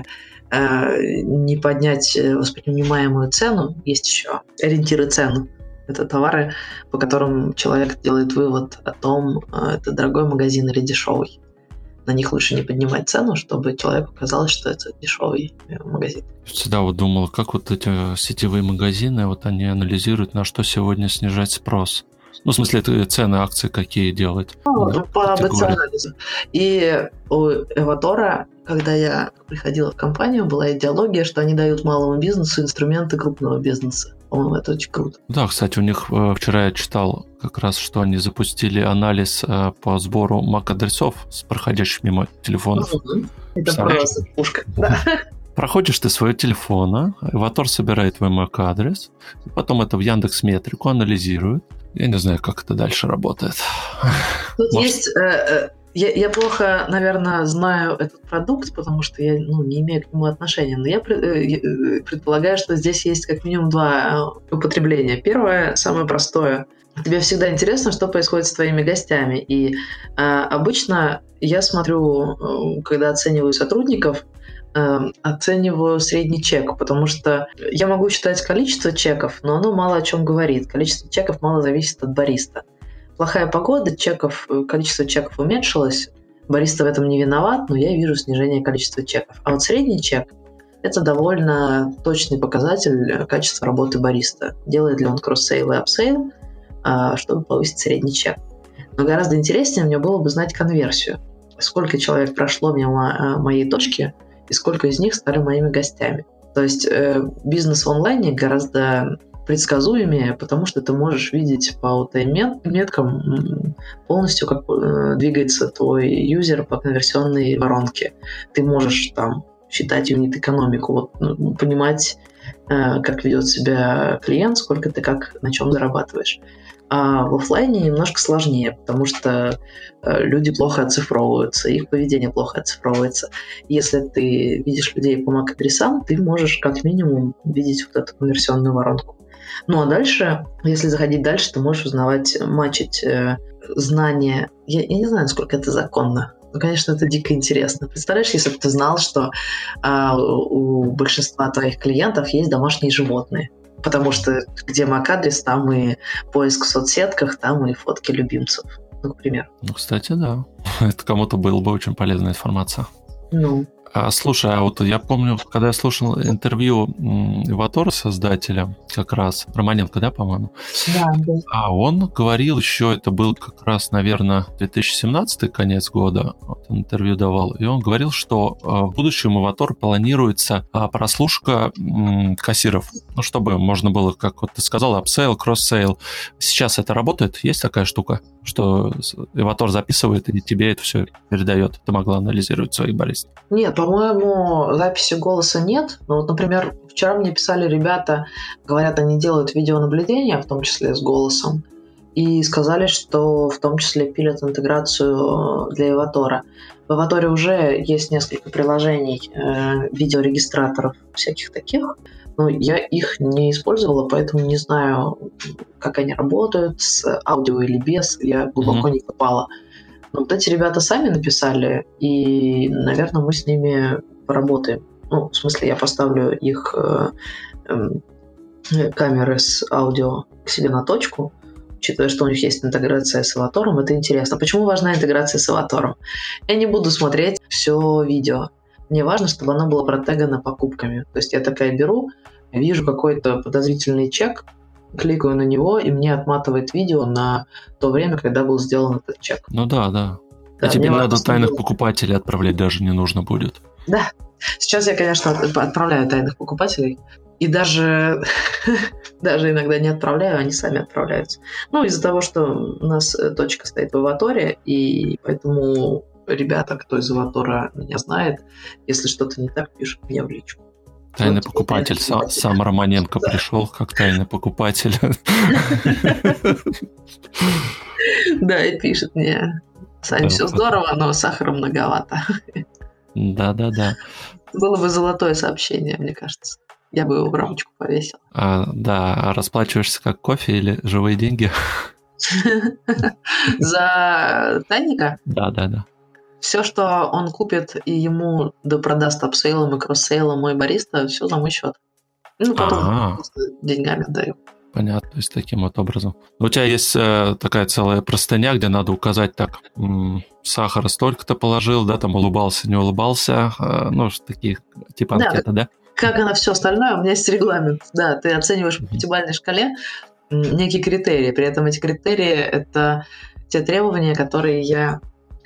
не поднять воспринимаемую цену, есть еще ориентиры цен. Это товары, по которым человек делает вывод о том, это дорогой магазин или дешевый. На них лучше не поднимать цену, чтобы человеку казалось, что это дешевый магазин. Всегда вот думал, как вот эти сетевые магазины, вот они анализируют, на что сегодня снижать спрос. Ну, в смысле, это цены акций какие делать? Ну, да, по эй би си-анализу. И у Эватора когда я приходила в компанию, была идеология, что они дают малому бизнесу инструменты крупного бизнеса. По-моему, это очень круто. Да, кстати, у них э, вчера я читал как раз, что они запустили анализ э, по сбору эм эй си-адресов с проходящих мимо телефонов. Угу. Это просто пушка. Да. Проходишь ты своего телефона, Эватор собирает твой эм эй си-адрес, потом это в Яндекс.Метрику анализирует. Я не знаю, как это дальше работает. Тут Может... есть... Э, я, я плохо, наверное, знаю этот продукт, потому что я ну, не имею к нему отношения, но я предполагаю, что здесь есть как минимум два употребления. Первое, самое простое. Тебе всегда интересно, что происходит с твоими гостями. И э, обычно я смотрю, когда оцениваю сотрудников, э, оцениваю средний чек, потому что я могу считать количество чеков, но оно мало о чем говорит. Количество чеков мало зависит от бариста. Плохая погода, чеков, количество чеков уменьшилось, бариста в этом не виноват, но я вижу снижение количества чеков. А вот средний чек – это довольно точный показатель качества работы бариста. Делает ли он кросс-сейл и апсейл, чтобы повысить средний чек. Но гораздо интереснее мне было бы знать конверсию. Сколько человек прошло мимо моей точки и сколько из них стали моими гостями. То есть бизнес в онлайне гораздо предсказуемее, потому что ты можешь видеть по о ти эм-меткам полностью, как двигается твой юзер по конверсионной воронке. Ты можешь там считать юнит-экономику, вот, ну, понимать, как ведет себя клиент, сколько ты как на чем зарабатываешь. А в офлайне немножко сложнее, потому что люди плохо оцифровываются, их поведение плохо оцифровывается. Если ты видишь людей по эм эй си-адресам, ты можешь как минимум видеть вот эту конверсионную воронку. Ну а дальше, если заходить дальше, ты можешь узнавать, матчить э, знания. Я, я не знаю, насколько это законно. Но, конечно, это дико интересно. Представляешь, если бы ты знал, что э, у большинства твоих клиентов есть домашние животные. Потому что где эм эй си-адрес, там и поиск в соцсетках, там и фотки любимцев, ну, к примеру. Ну, кстати, да. Это кому-то была бы очень полезная информация. Ну. А, слушай, а вот я помню, когда я слушал интервью Эватора, создателя, как раз, Романенко, да, по-моему? Да, да. А он говорил еще, это был как раз, наверное, две тысячи семнадцатый, конец года, вот он интервью давал, и он говорил, что в будущем Эватор планируется прослушка кассиров, ну, чтобы можно было, как вот ты сказал, апсейл, кросс-сейл. Сейчас это работает? Есть такая штука, что Эватор записывает и тебе это все передает? Ты могла анализировать своих барист? Нет, по-моему, записи голоса нет. Но вот, например, вчера мне писали ребята, говорят, они делают видеонаблюдение, в том числе с голосом, и сказали, что в том числе пилят интеграцию для Эватора. В Эваторе уже есть несколько приложений, э, видеорегистраторов всяких таких, но я их не использовала, поэтому не знаю, как они работают, с аудио или без, я глубоко mm-hmm. не копала. Но вот эти ребята сами написали, и, наверное, мы с ними поработаем. Ну, в смысле, я поставлю их э, э, камеры с аудио к себе на точку, учитывая, что у них есть интеграция с Эватором, это интересно. Почему важна интеграция с Эватором? Я не буду смотреть все видео. Мне важно, чтобы оно было протегано покупками. То есть я такая беру, вижу какой-то подозрительный чек, кликаю на него, и мне отматывает видео на то время, когда был сделан этот чек. Ну да, да. да и тебе надо тайных было. покупателей отправлять даже не нужно будет. Да. Сейчас я, конечно, отправляю тайных покупателей. И даже, даже иногда не отправляю, они сами отправляются. Ну, из-за того, что у нас точка стоит в Эваторе, и поэтому ребята, кто из Эватора меня знает, если что-то не так, пишут мне в личку. Тайный вот, покупатель. Тайный сам, покупатель. Сам Романенко да. пришел как тайный покупатель. Да, и пишет мне: Сань, все здорово, но сахара многовато. Да-да-да. Было бы золотое сообщение, мне кажется. Я бы его в рамочку повесил. А, да, а расплачиваешься как кофе или живые деньги? За тайника? Да-да-да. Все, что он купит и ему допродаст апсейлом и кросс-сейлом мой бариста, все за мой счет. Ну, потом просто деньгами отдаю. Понятно, то есть таким вот образом. Но у тебя есть э, такая целая простыня, где надо указать так, м- сахара столько-то положил, да, там улыбался, не улыбался, э, ну, такие типа да, анкеты, да? Как и на все остальное, у меня есть регламент. Да, ты оцениваешь по пятибалльной шкале некие критерии. При этом эти критерии – это те требования, которые я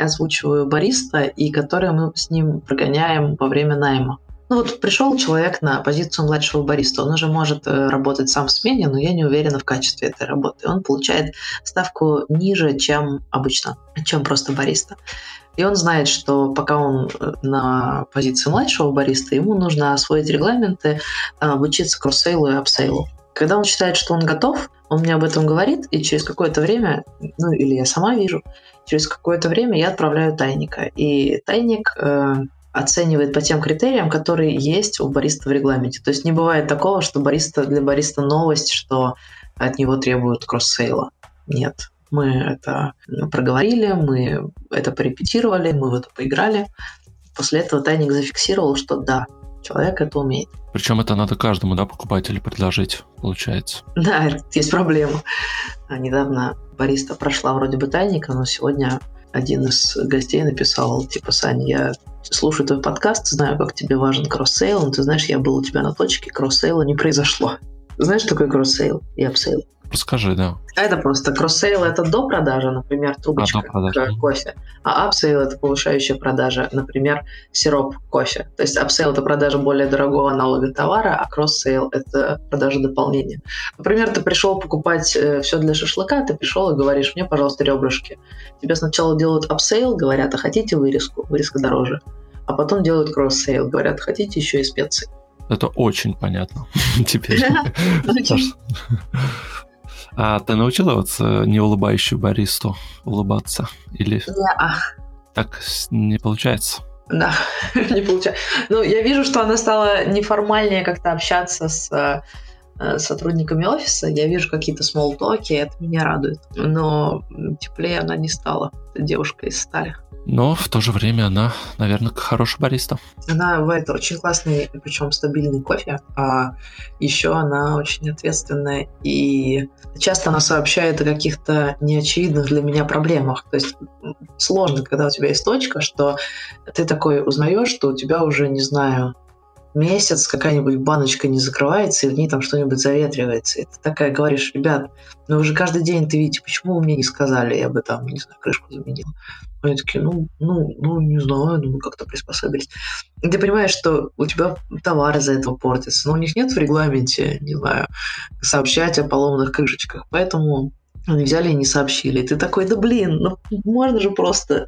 озвучиваю бариста, и которые мы с ним прогоняем во время найма. Ну вот пришел человек на позицию младшего бариста, он уже может работать сам в смене, но я не уверена в качестве этой работы. Он получает ставку ниже, чем обычно, чем просто бариста. И он знает, что пока он на позиции младшего бариста, ему нужно освоить регламенты, обучиться кросс-сейлу и апсейлу. Когда он считает, что он готов, он мне об этом говорит, и через какое-то время, ну или я сама вижу, через какое-то время я отправляю тайника. И тайник э, оценивает по тем критериям, которые есть у бариста в регламенте. То есть не бывает такого, что бариста для бариста новость, что от него требуют кросс-сейла. Нет. Мы это проговорили, мы это порепетировали, мы в это поиграли. После этого тайник зафиксировал, что да, человек это умеет. Причем это надо каждому, да, покупателю предложить, получается. Да, есть проблема. Недавно бариста прошла вроде бы тайника, но сегодня один из гостей написал, типа, Сань, я слушаю твой подкаст, знаю, как тебе важен кросс-сейл, но ты знаешь, я был у тебя на точке, кросс-сейла не произошло. Знаешь, что такое кросс-сейл и апсейл? Расскажи, да. Это просто кросс-сейл – это до продажи, например, трубочка а, кофе, а апсейл – это повышающая продажа, например, сироп кофе. То есть апсейл – это продажа более дорогого аналога товара, а кросс-сейл – это продажа дополнения. Например, ты пришел покупать э, все для шашлыка, ты пришел и говоришь, мне, пожалуйста, ребрышки. Тебе сначала делают апсейл, говорят, а хотите вырезку? Вырезка дороже. А потом делают кросс-сейл, говорят, хотите еще и специи. Это очень понятно теперь. А ты научила вот не улыбающую баристу улыбаться? Или так не получается? Да, не получается. Ну, я вижу, что она стала неформальнее как-то общаться с сотрудниками офиса. Я вижу какие-то смолтоки, это меня радует. Но теплее она не стала. Это девушка из стали. Но в то же время она, наверное, хорошая бариста. Она варит очень классный, причем стабильный кофе. А еще она очень ответственная. И часто она сообщает о каких-то неочевидных для меня проблемах. То есть сложно, когда у тебя есть точка, что ты такой узнаешь, что у тебя уже, не знаю, месяц какая-нибудь баночка не закрывается, и в ней там что-нибудь заветривается. И ты такая говоришь, ребят, ну вы же каждый день это видите, почему вы мне не сказали, я бы там, не знаю, крышку заменил. Они такие, ну, ну, ну, не знаю, ну, мы как-то приспособились. И ты понимаешь, что у тебя товар из-за этого портится, но у них нет в регламенте, не знаю, сообщать о поломанных крышечках, поэтому они взяли и не сообщили. И ты такой, да блин, ну можно же просто,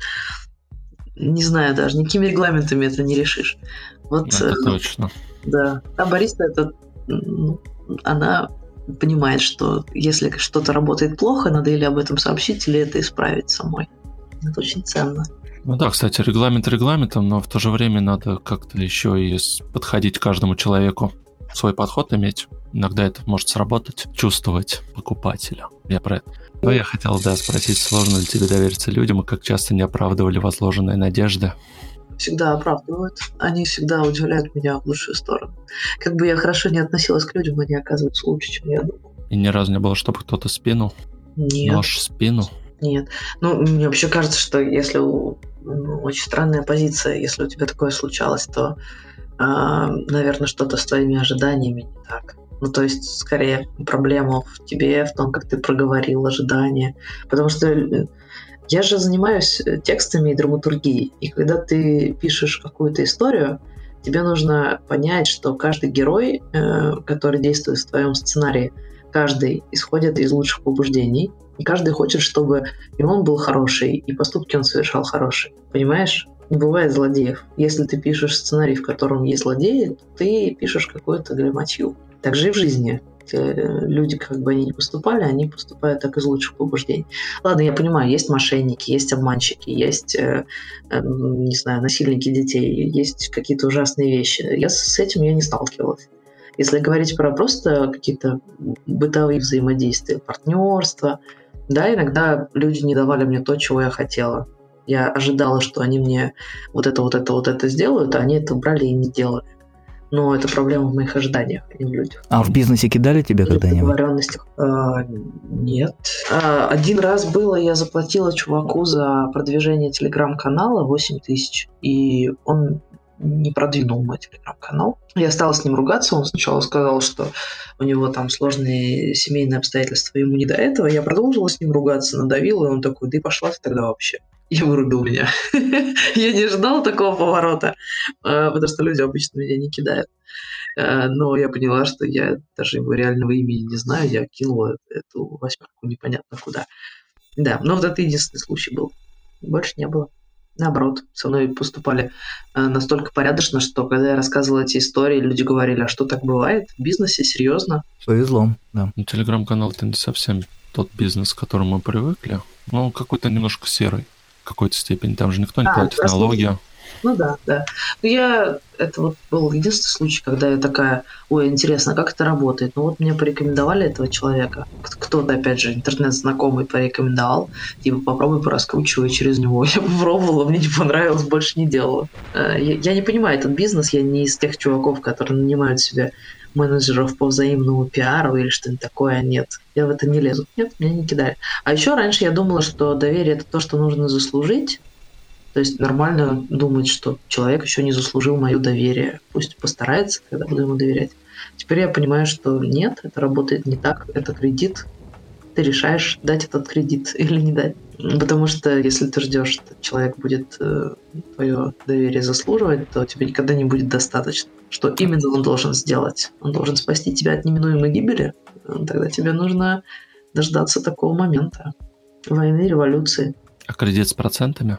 не знаю даже, никакими регламентами это не решишь. Вот, это точно. Да. А бариста, это, ну, она понимает, что если что-то работает плохо, надо или об этом сообщить, или это исправить самой. Это очень ценно. Ну да, кстати, регламент регламентом, но в то же время надо как-то еще и подходить к каждому человеку, свой подход иметь. Иногда это может сработать, чувствовать покупателя. Я про это. Но я хотел, да, спросить, сложно ли тебе довериться людям, и как часто не оправдывали возложенные надежды? Всегда оправдывают. Они всегда удивляют меня в лучшую сторону. Как бы я хорошо не относилась к людям, они оказываются лучше, чем я думала. И ни разу не было, чтобы кто-то спину? Нет. Нож в спину? Нет. Ну, мне вообще кажется, что если у... ну, очень странная позиция, если у тебя такое случалось, то, э, наверное, что-то с твоими ожиданиями не так. Ну, то есть, скорее, проблема в тебе, в том, как ты проговорил ожидания. Потому что я же занимаюсь текстами и драматургией. И когда ты пишешь какую-то историю, тебе нужно понять, что каждый герой, э, который действует в твоем сценарии, каждый исходит из лучших побуждений. И каждый хочет, чтобы и он был хороший, и поступки он совершал хорошие. Понимаешь? Не бывает злодеев. Если ты пишешь сценарий, в котором есть злодеи, то ты пишешь какую-то галиматью. Так же и в жизни. Люди, как бы они ни поступали, они поступают так из лучших побуждений. Ладно, я понимаю, есть мошенники, есть обманщики, есть, э, э, не знаю, насильники детей, есть какие-то ужасные вещи. Я с этим я не сталкивалась. Если говорить про просто какие-то бытовые взаимодействия, партнерство, да, иногда люди не давали мне то, чего я хотела. Я ожидала, что они мне вот это, вот это, вот это сделают, а они это брали и не делали. Но это проблема в моих ожиданиях, а не в людях. А в бизнесе кидали тебя когда-нибудь? В договоренностях? А, нет. А, один раз было, я заплатила чуваку за продвижение телеграм-канала восемь тысяч, и он не продвинул мой телеграм-канал. Я стала с ним ругаться, он сначала сказал, что у него там сложные семейные обстоятельства, ему не до этого. Я продолжила с ним ругаться, надавила, и он такой, да и пошла ты тогда вообще. и вырубил меня. Я не ждал такого поворота, потому что люди обычно меня не кидают. Но я поняла, что я даже его реального имени не знаю, я кинула эту восьмерку непонятно куда. Да, но вот это единственный случай был. Больше не было. Наоборот, со мной поступали настолько порядочно, что когда я рассказывала эти истории, люди говорили, а что так бывает в бизнесе, серьезно? Повезло, да. Ну, телеграм-канал — это не совсем тот бизнес, к которому мы привыкли, но он какой-то немножко серый в какой-то степени. Там же никто не а, платит налоги. Ну да, да. Но я... Это вот был единственный случай, когда я такая, ой, интересно, как это работает? Ну вот мне порекомендовали этого человека. Кто-то, опять же, интернет-знакомый порекомендовал. Типа, попробуй пораскручивай через него. Я попробовала, мне не понравилось, больше не делала. Я, я не понимаю этот бизнес, я не из тех чуваков, которые нанимают себе менеджеров по взаимному пиару или что-нибудь такое. Нет, я в это не лезу. Нет, меня не кидали. А еще раньше я думала, что доверие – это то, что нужно заслужить. То есть нормально думать, что человек еще не заслужил мое доверие. Пусть постарается, тогда буду ему доверять. Теперь я понимаю, что нет, это работает не так. Это кредит. Ты решаешь, дать этот кредит или не дать. Потому что если ты ждешь, что человек будет э, твое доверие заслуживать, то тебе никогда не будет достаточно. Что именно он должен сделать? Он должен спасти тебя от неминуемой гибели? Тогда тебе нужно дождаться такого момента. Войны, революции. А кредит с процентами?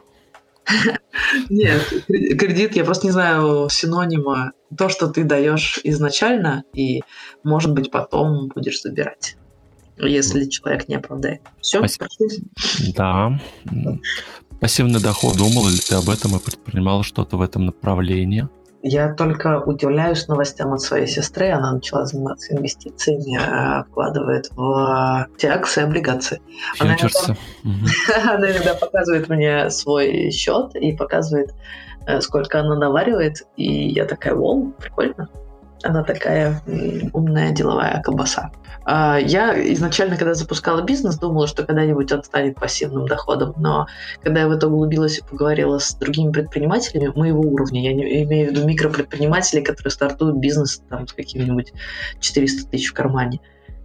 Нет, кредит, я просто не знаю синонима. То, что ты даешь изначально, и, может быть, потом будешь забирать, если человек не оправдает. Все, Пассив... Да. Пассивный доход. Думал ли ты об этом и предпринимал что-то в этом направлении? Я только удивляюсь новостям от своей сестры. Она начала заниматься инвестициями, вкладывает в те акции, облигации. Она иногда, она иногда показывает мне свой счет и показывает, сколько она наваривает. И я такая, вау, прикольно. Она такая умная деловая колбаса. Я изначально, когда запускала бизнес, думала, что когда-нибудь он станет пассивным доходом, но когда я в это углубилась и поговорила с другими предпринимателями моего уровня, я не, имею в виду микропредпринимателей, которые стартуют бизнес там, с какими-нибудь четыреста тысяч в кармане,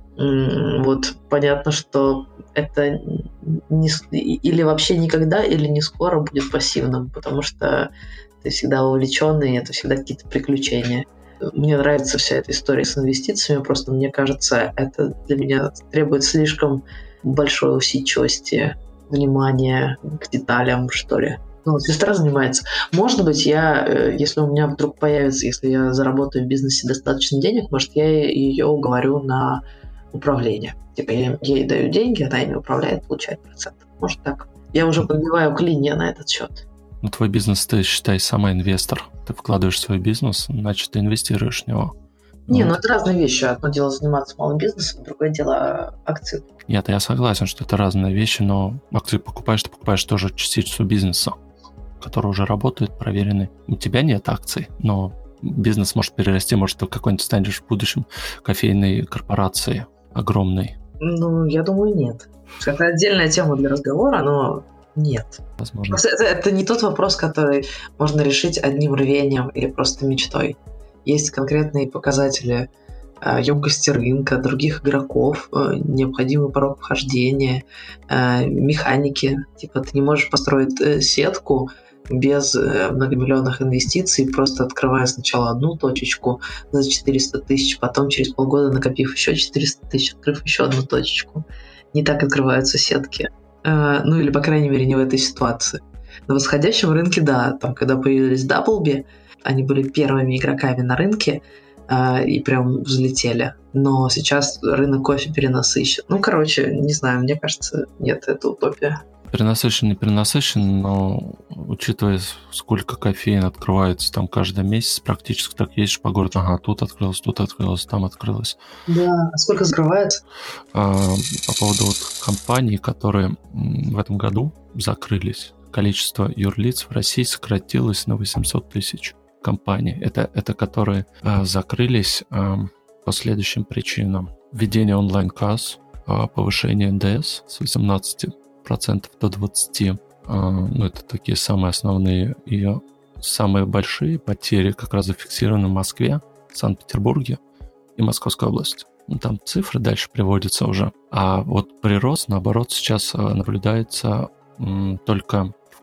вот понятно, что это не, или вообще никогда, или не скоро будет пассивным, потому что ты всегда увлеченный, это всегда какие-то приключения. Мне нравится вся эта история с инвестициями, просто мне кажется, это для меня требует слишком большой усидчивости, внимания к деталям, что ли. Ну, вот сестра занимается. Может быть, я, если у меня вдруг появится, если я заработаю в бизнесе достаточно денег, может, я ее уговорю на управление. Типа, я ей даю деньги, она ими управляет, получает процент. Может, так. Я уже подбиваю клинья на этот счет. Ну, твой бизнес, ты, считай, сама инвестор. Ты вкладываешь в свой бизнес, значит, ты инвестируешь в него. Не, вот. Ну это разные вещи. Одно дело заниматься малым бизнесом, другое дело акции. Нет, я согласен, что это разные вещи, но акции покупаешь, ты покупаешь тоже частицу бизнеса, который уже работает, проверенный. У тебя нет акций, но бизнес может перерасти, может, ты какой-нибудь станешь в будущем кофейной корпорацией огромной. Ну, я думаю, нет. Это отдельная тема для разговора, но... Нет. Возможно. Это, это не тот вопрос, который можно решить одним рвением или просто мечтой. Есть конкретные показатели э, емкости рынка, других игроков, э, необходимый порог вхождения, э, механики. Типа ты не можешь построить э, сетку без э, многомиллионных инвестиций, просто открывая сначала одну точечку за четыреста тысяч, потом через полгода накопив еще четыреста тысяч, открыв еще одну точечку. Не так открываются сетки. Ну, или, по крайней мере, не в этой ситуации. На восходящем рынке, да, там, когда появились Даблби, они были первыми игроками на рынке э, и прям взлетели. Но сейчас рынок кофе перенасыщен. Ну, короче, не знаю, мне кажется, нет, это утопия. Перенасыщен, не перенасыщен, но учитывая, сколько кофеин открывается там каждый месяц, практически так ездишь по городу, ага, тут открылось, тут открылось, там открылось. Да, а сколько закрывается? А, по поводу вот компаний, которые в этом году закрылись, количество юрлиц в России сократилось на восемьсот тысяч компаний. Это, это которые а, закрылись а, по следующим причинам. Введение онлайн-касс, а, повышение эн дэ эс с восемнадцати процентов до двадцати процентов. Ну, это такие самые основные и самые большие потери как раз зафиксированы в Москве, Санкт-Петербурге и Московской области. Ну, там цифры дальше приводятся уже. А вот прирост, наоборот, сейчас наблюдается м, только в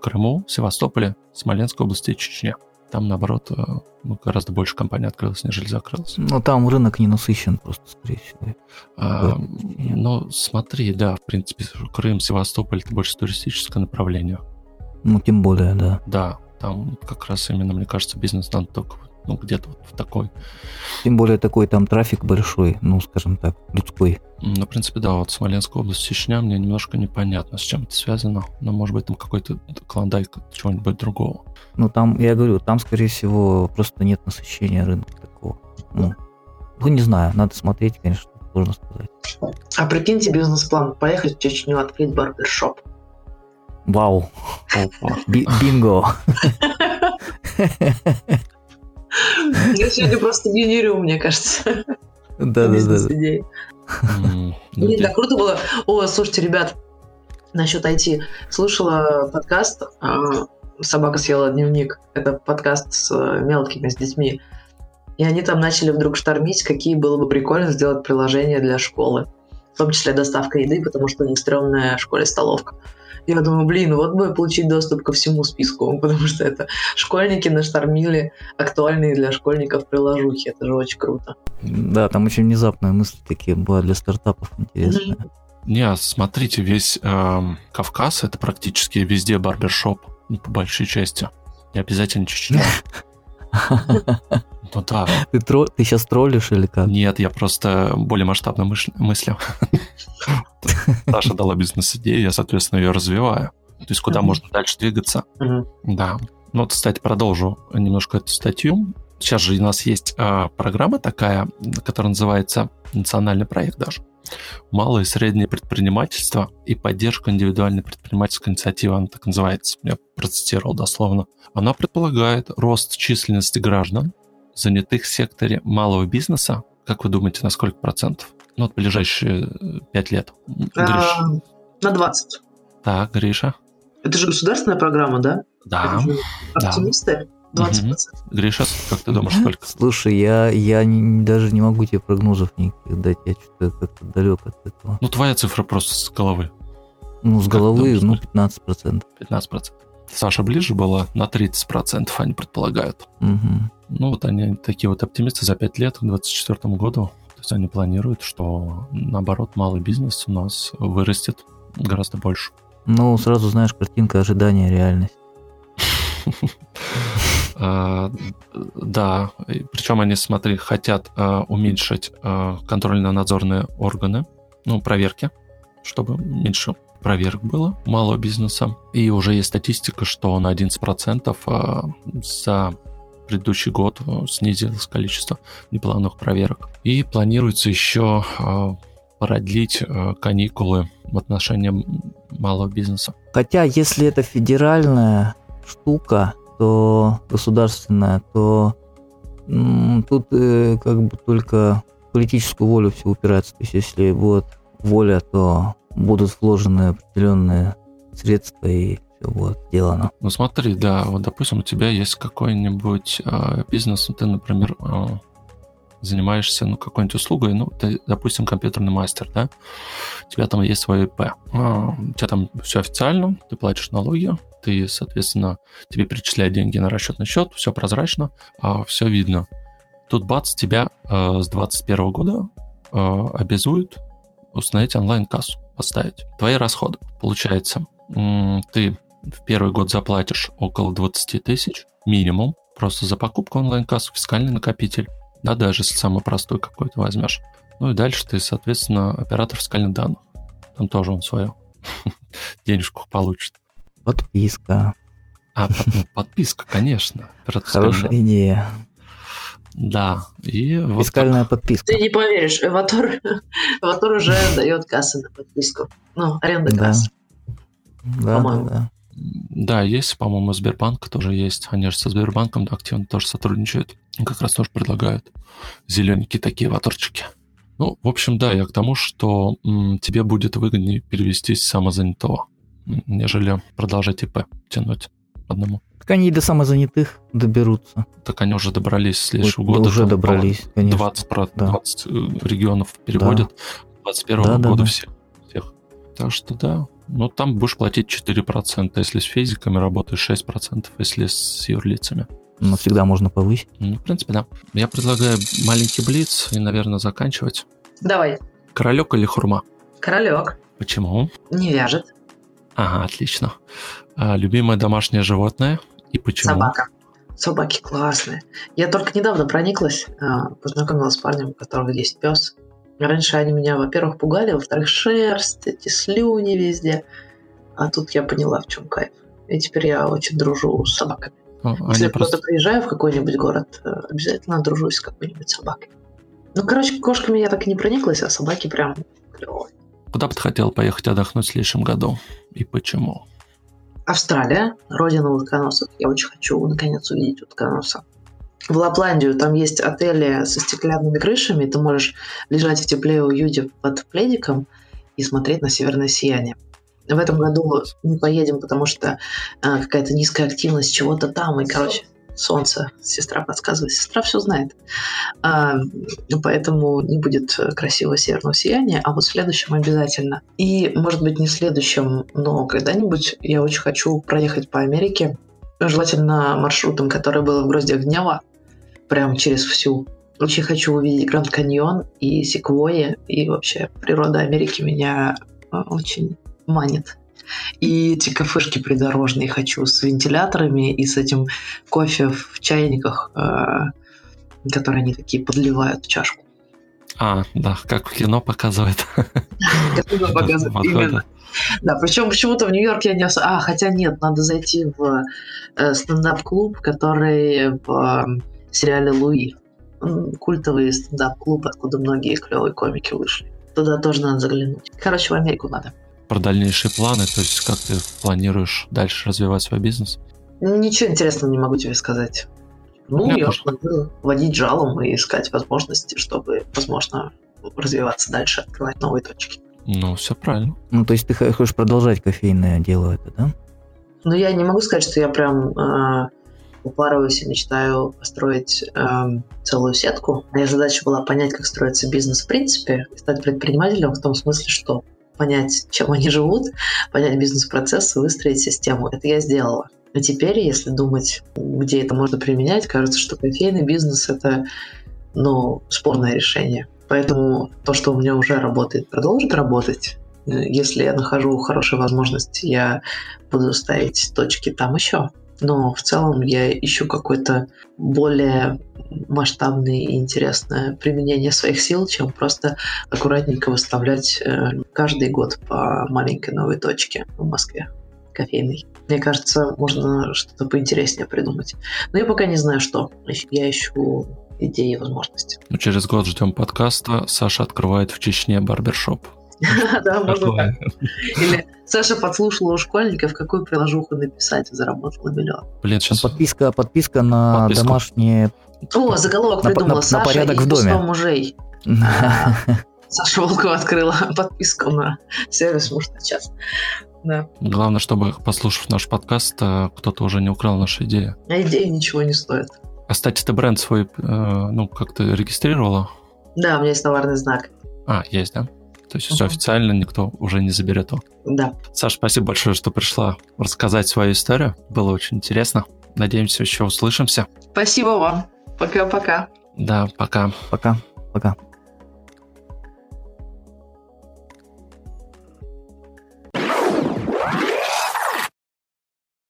Крыму, Севастополе, Смоленской области и Чечне. Там, наоборот, ну, гораздо больше компаний открылось, нежели закрылось. Ну, там рынок не насыщен просто, скорее всего. А, ну, смотри, да, в принципе, Крым, Севастополь – это больше туристическое направление. Ну, тем более, да. Да, там как раз именно, мне кажется, бизнес надо только ну, где-то вот в такой. Тем более такой там трафик большой, ну, скажем так, людской. Ну, в принципе, да, вот Смоленская область, Чечня, мне немножко непонятно, с чем это связано. Но, может быть, там какой-то клондайк, чего-нибудь другого. Ну, там, я говорю, там, скорее всего, просто нет насыщения рынка такого. Ну, ну не знаю, надо смотреть, конечно, сложно сказать. А прикиньте бизнес-план, поехать в Чечню, открыть барбершоп. Вау. Би- бинго. Я сегодня просто генерю, мне кажется. Да, да, да. Блин, так круто было. О, слушайте, ребят, насчет ай ти. Слушала подкаст «Собака съела дневник». Это подкаст с мелкими, с детьми. И они там начали вдруг штормить, какие было бы прикольно сделать приложение для школы. В том числе доставка еды, потому что у них стрёмная в школе столовка. Я думаю, блин, вот бы получить доступ ко всему списку, потому что это школьники наштормили актуальные для школьников приложухи. Это же очень круто. Да, там очень внезапные мысли такие была для стартапов интересные. Mm-hmm. Не, смотрите, весь э, Кавказ, это практически везде барбершоп, ну, по большой части. Не обязательно Чечня. Ну да. Ты, тро... Ты сейчас троллишь или как? Нет, я просто более масштабно мысль... мыслю. Саша дала бизнес-идею, я, соответственно, ее развиваю. То есть куда можно дальше двигаться. Да. Ну вот, кстати, продолжу немножко эту статью. Сейчас же у нас есть э, программа такая, которая называется «Национальный проект» даже. Малое и среднее предпринимательство и поддержка индивидуальной предпринимательской инициативы, она так называется. Я процитировал дословно. Она предполагает рост численности граждан, занятых в секторе малого бизнеса. Как вы думаете, на сколько процентов? Ну, вот ближайшие пять лет. А, на двадцать. Так, Гриша. Это же государственная программа, да? Да. Оптимисты? двадцать процентов. Угу. Гриша, как ты думаешь, сколько? Слушай, я, я не, даже не могу тебе прогнозов никаких дать. Я что-то как-то далек от этого. Ну, твоя цифра просто с головы. Ну, с как головы, ну, пятнадцать процентов. пятнадцать процентов. Саша ближе была, на тридцать процентов они предполагают. Угу. Ну, вот они такие вот оптимисты за пять лет, к двадцать четвёртому году. То есть они планируют, что, наоборот, малый бизнес у нас вырастет гораздо больше. Ну, сразу знаешь, картинка ожидания, реальность. Да, причем они, смотри, хотят уменьшить контрольно-надзорные органы, ну, проверки, чтобы меньше проверок было малого бизнеса. И уже есть статистика, что на одиннадцать процентов за предыдущий год снизилось количество неплановых проверок. И планируется еще продлить каникулы в отношении малого бизнеса. Хотя, если это федеральная штука, то государственная, то м, тут э, как бы только политическую волю все упирается. То есть, если будет воля, то будут вложены определенные средства и все будет сделано. Ну смотри, да, вот допустим, у тебя есть какой-нибудь э, бизнес, ты, например, э, занимаешься, ну, какой-нибудь услугой, ну, ты, допустим, компьютерный мастер, да, у тебя там есть свое ИП, а, у тебя там все официально, ты платишь налоги, ты, соответственно, тебе перечисляют деньги на расчетный счет, все прозрачно, а, все видно. Тут бац, тебя э, с двадцать первого года э, обязуют установить онлайн-кассу, поставить твои расходы. Получается, м- ты в первый год заплатишь около двадцать тысяч минимум, просто за покупку онлайн-кассу, фискальный накопитель. Да, даже если самый простой какой-то возьмешь. Ну и дальше ты, соответственно, оператор фискальных данных. Там тоже он свою денежку получит. Подписка. А, под, ну, подписка, конечно. Хорошая идея. Да. И вот фискальная так. Подписка. Ты не поверишь, Эватор, Эватор уже дает кассы на подписку. Ну, аренда да. касс. Да, по-моему. да, да. Да, есть, по-моему, Сбербанк тоже есть. Они же со Сбербанком активно тоже сотрудничают. Как раз тоже предлагают зелененькие такие ваторчики. Ну, в общем, да, я к тому, что м, тебе будет выгоднее перевестись с самозанятого, нежели продолжать ИП тянуть одному. Так они и до самозанятых доберутся. Так они уже добрались с следующего вот, года. Уже там, добрались, конечно. двадцать, да. двадцать регионов переводят. Да. двадцать первого да, года да, всех, всех. Так что да. Ну, там будешь платить четыре процента, если с физиками работаешь шесть процентов, если с юрлицами. Но всегда можно повысить. Ну, в принципе, да. Я предлагаю маленький блиц и, наверное, заканчивать. Давай. Королек или хурма? Королек. Почему? Не вяжет. Ага, отлично. А, любимое домашнее животное и почему? Собака. Собаки классные. Я только недавно прониклась, познакомилась с парнем, у которого есть пес. Раньше они меня, во-первых, пугали, во-вторых, шерсть, эти слюни везде. А тут я поняла, в чем кайф. И теперь я очень дружу с собаками. О, Если я просто... просто приезжаю в какой-нибудь город, обязательно дружусь с какой-нибудь собакой. Ну, короче, кошками я так и не прониклась, а собаки прям клевые. Куда бы ты хотел поехать отдохнуть в следующем году? И почему? Австралия, родина утконосов. Я очень хочу, наконец, увидеть утконоса. В Лапландию там есть отели со стеклянными крышами. Ты можешь лежать в тепле и уюте под пледиком и смотреть на северное сияние. В этом году не поедем, потому что а, какая-то низкая активность чего-то там. И, короче, солнце. Сестра подсказывает. Сестра все знает. А, поэтому не будет красивого северного сияния, а вот в следующем обязательно. И, может быть, не в следующем, но когда-нибудь я очень хочу проехать по Америке. Желательно маршрутом, который был в Гроздьях гнева. Прям через всю. Очень хочу увидеть Гранд Каньон и секвойи. И вообще природа Америки меня очень манит. И эти кафешки придорожные хочу с вентиляторами и с этим кофе в чайниках, э, которые они такие подливают в чашку. А, да, как в кино показывает. Как в кино показывает, именно. Да, причем почему-то в Нью-Йорке я не... А, хотя нет, надо зайти в э, стендап-клуб, который в э, сериале «Луи». Культовый стендап-клуб, откуда многие клевые комики вышли. Туда тоже надо заглянуть. Короче, в Америку надо. Про дальнейшие планы, то есть как ты планируешь дальше развивать свой бизнес? Ничего интересного не могу тебе сказать. Ну, я, я планирую водить жалом и искать возможности, чтобы, возможно, развиваться дальше, открывать новые точки. Ну, все правильно. Ну, то есть ты хочешь продолжать кофейное дело это, да? Ну, я не могу сказать, что я прям э, упарываюсь и мечтаю построить э, целую сетку. Моя задача была понять, как строится бизнес в принципе, и стать предпринимателем в том смысле, что понять, чем они живут, понять бизнес-процесс и выстроить систему. Это я сделала. А теперь, если думать, где это можно применять, кажется, что кофейный бизнес – это, ну, спорное решение. Поэтому то, что у меня уже работает, продолжит работать. Если я нахожу хорошие возможности, я буду ставить точки там еще. Но в целом я ищу какое-то более масштабное и интересное применение своих сил, чем просто аккуратненько выставлять каждый год по маленькой новой точке в Москве кофейной. Мне кажется, можно что-то поинтереснее придумать. Но я пока не знаю, что. Я ищу идеи и возможности. Ну, через год ждем подкаста. Саша открывает в Чечне барбершоп. Да, можно так. Или Саша подслушала у школьников, какую приложуху написать, и заработала миллион. Блин, сейчас... Подписка, подписка на домашние... О, заголовок придумала. Саша и сто мужей. Саша Волкова открыла подписку на сервис «Муж на час». Да. Главное, чтобы, послушав наш подкаст, кто-то уже не украл нашу идею. А идея ничего не стоит. А, кстати, ты бренд свой, ну, как-то регистрировала? Да, у меня есть товарный знак. А, есть, да? То есть uh-huh. все официально, никто уже не заберет его. Да. Саш, спасибо большое, что пришла рассказать свою историю. Было очень интересно. Надеемся, еще услышимся. Спасибо вам. Пока-пока. Да, пока. Пока. Пока.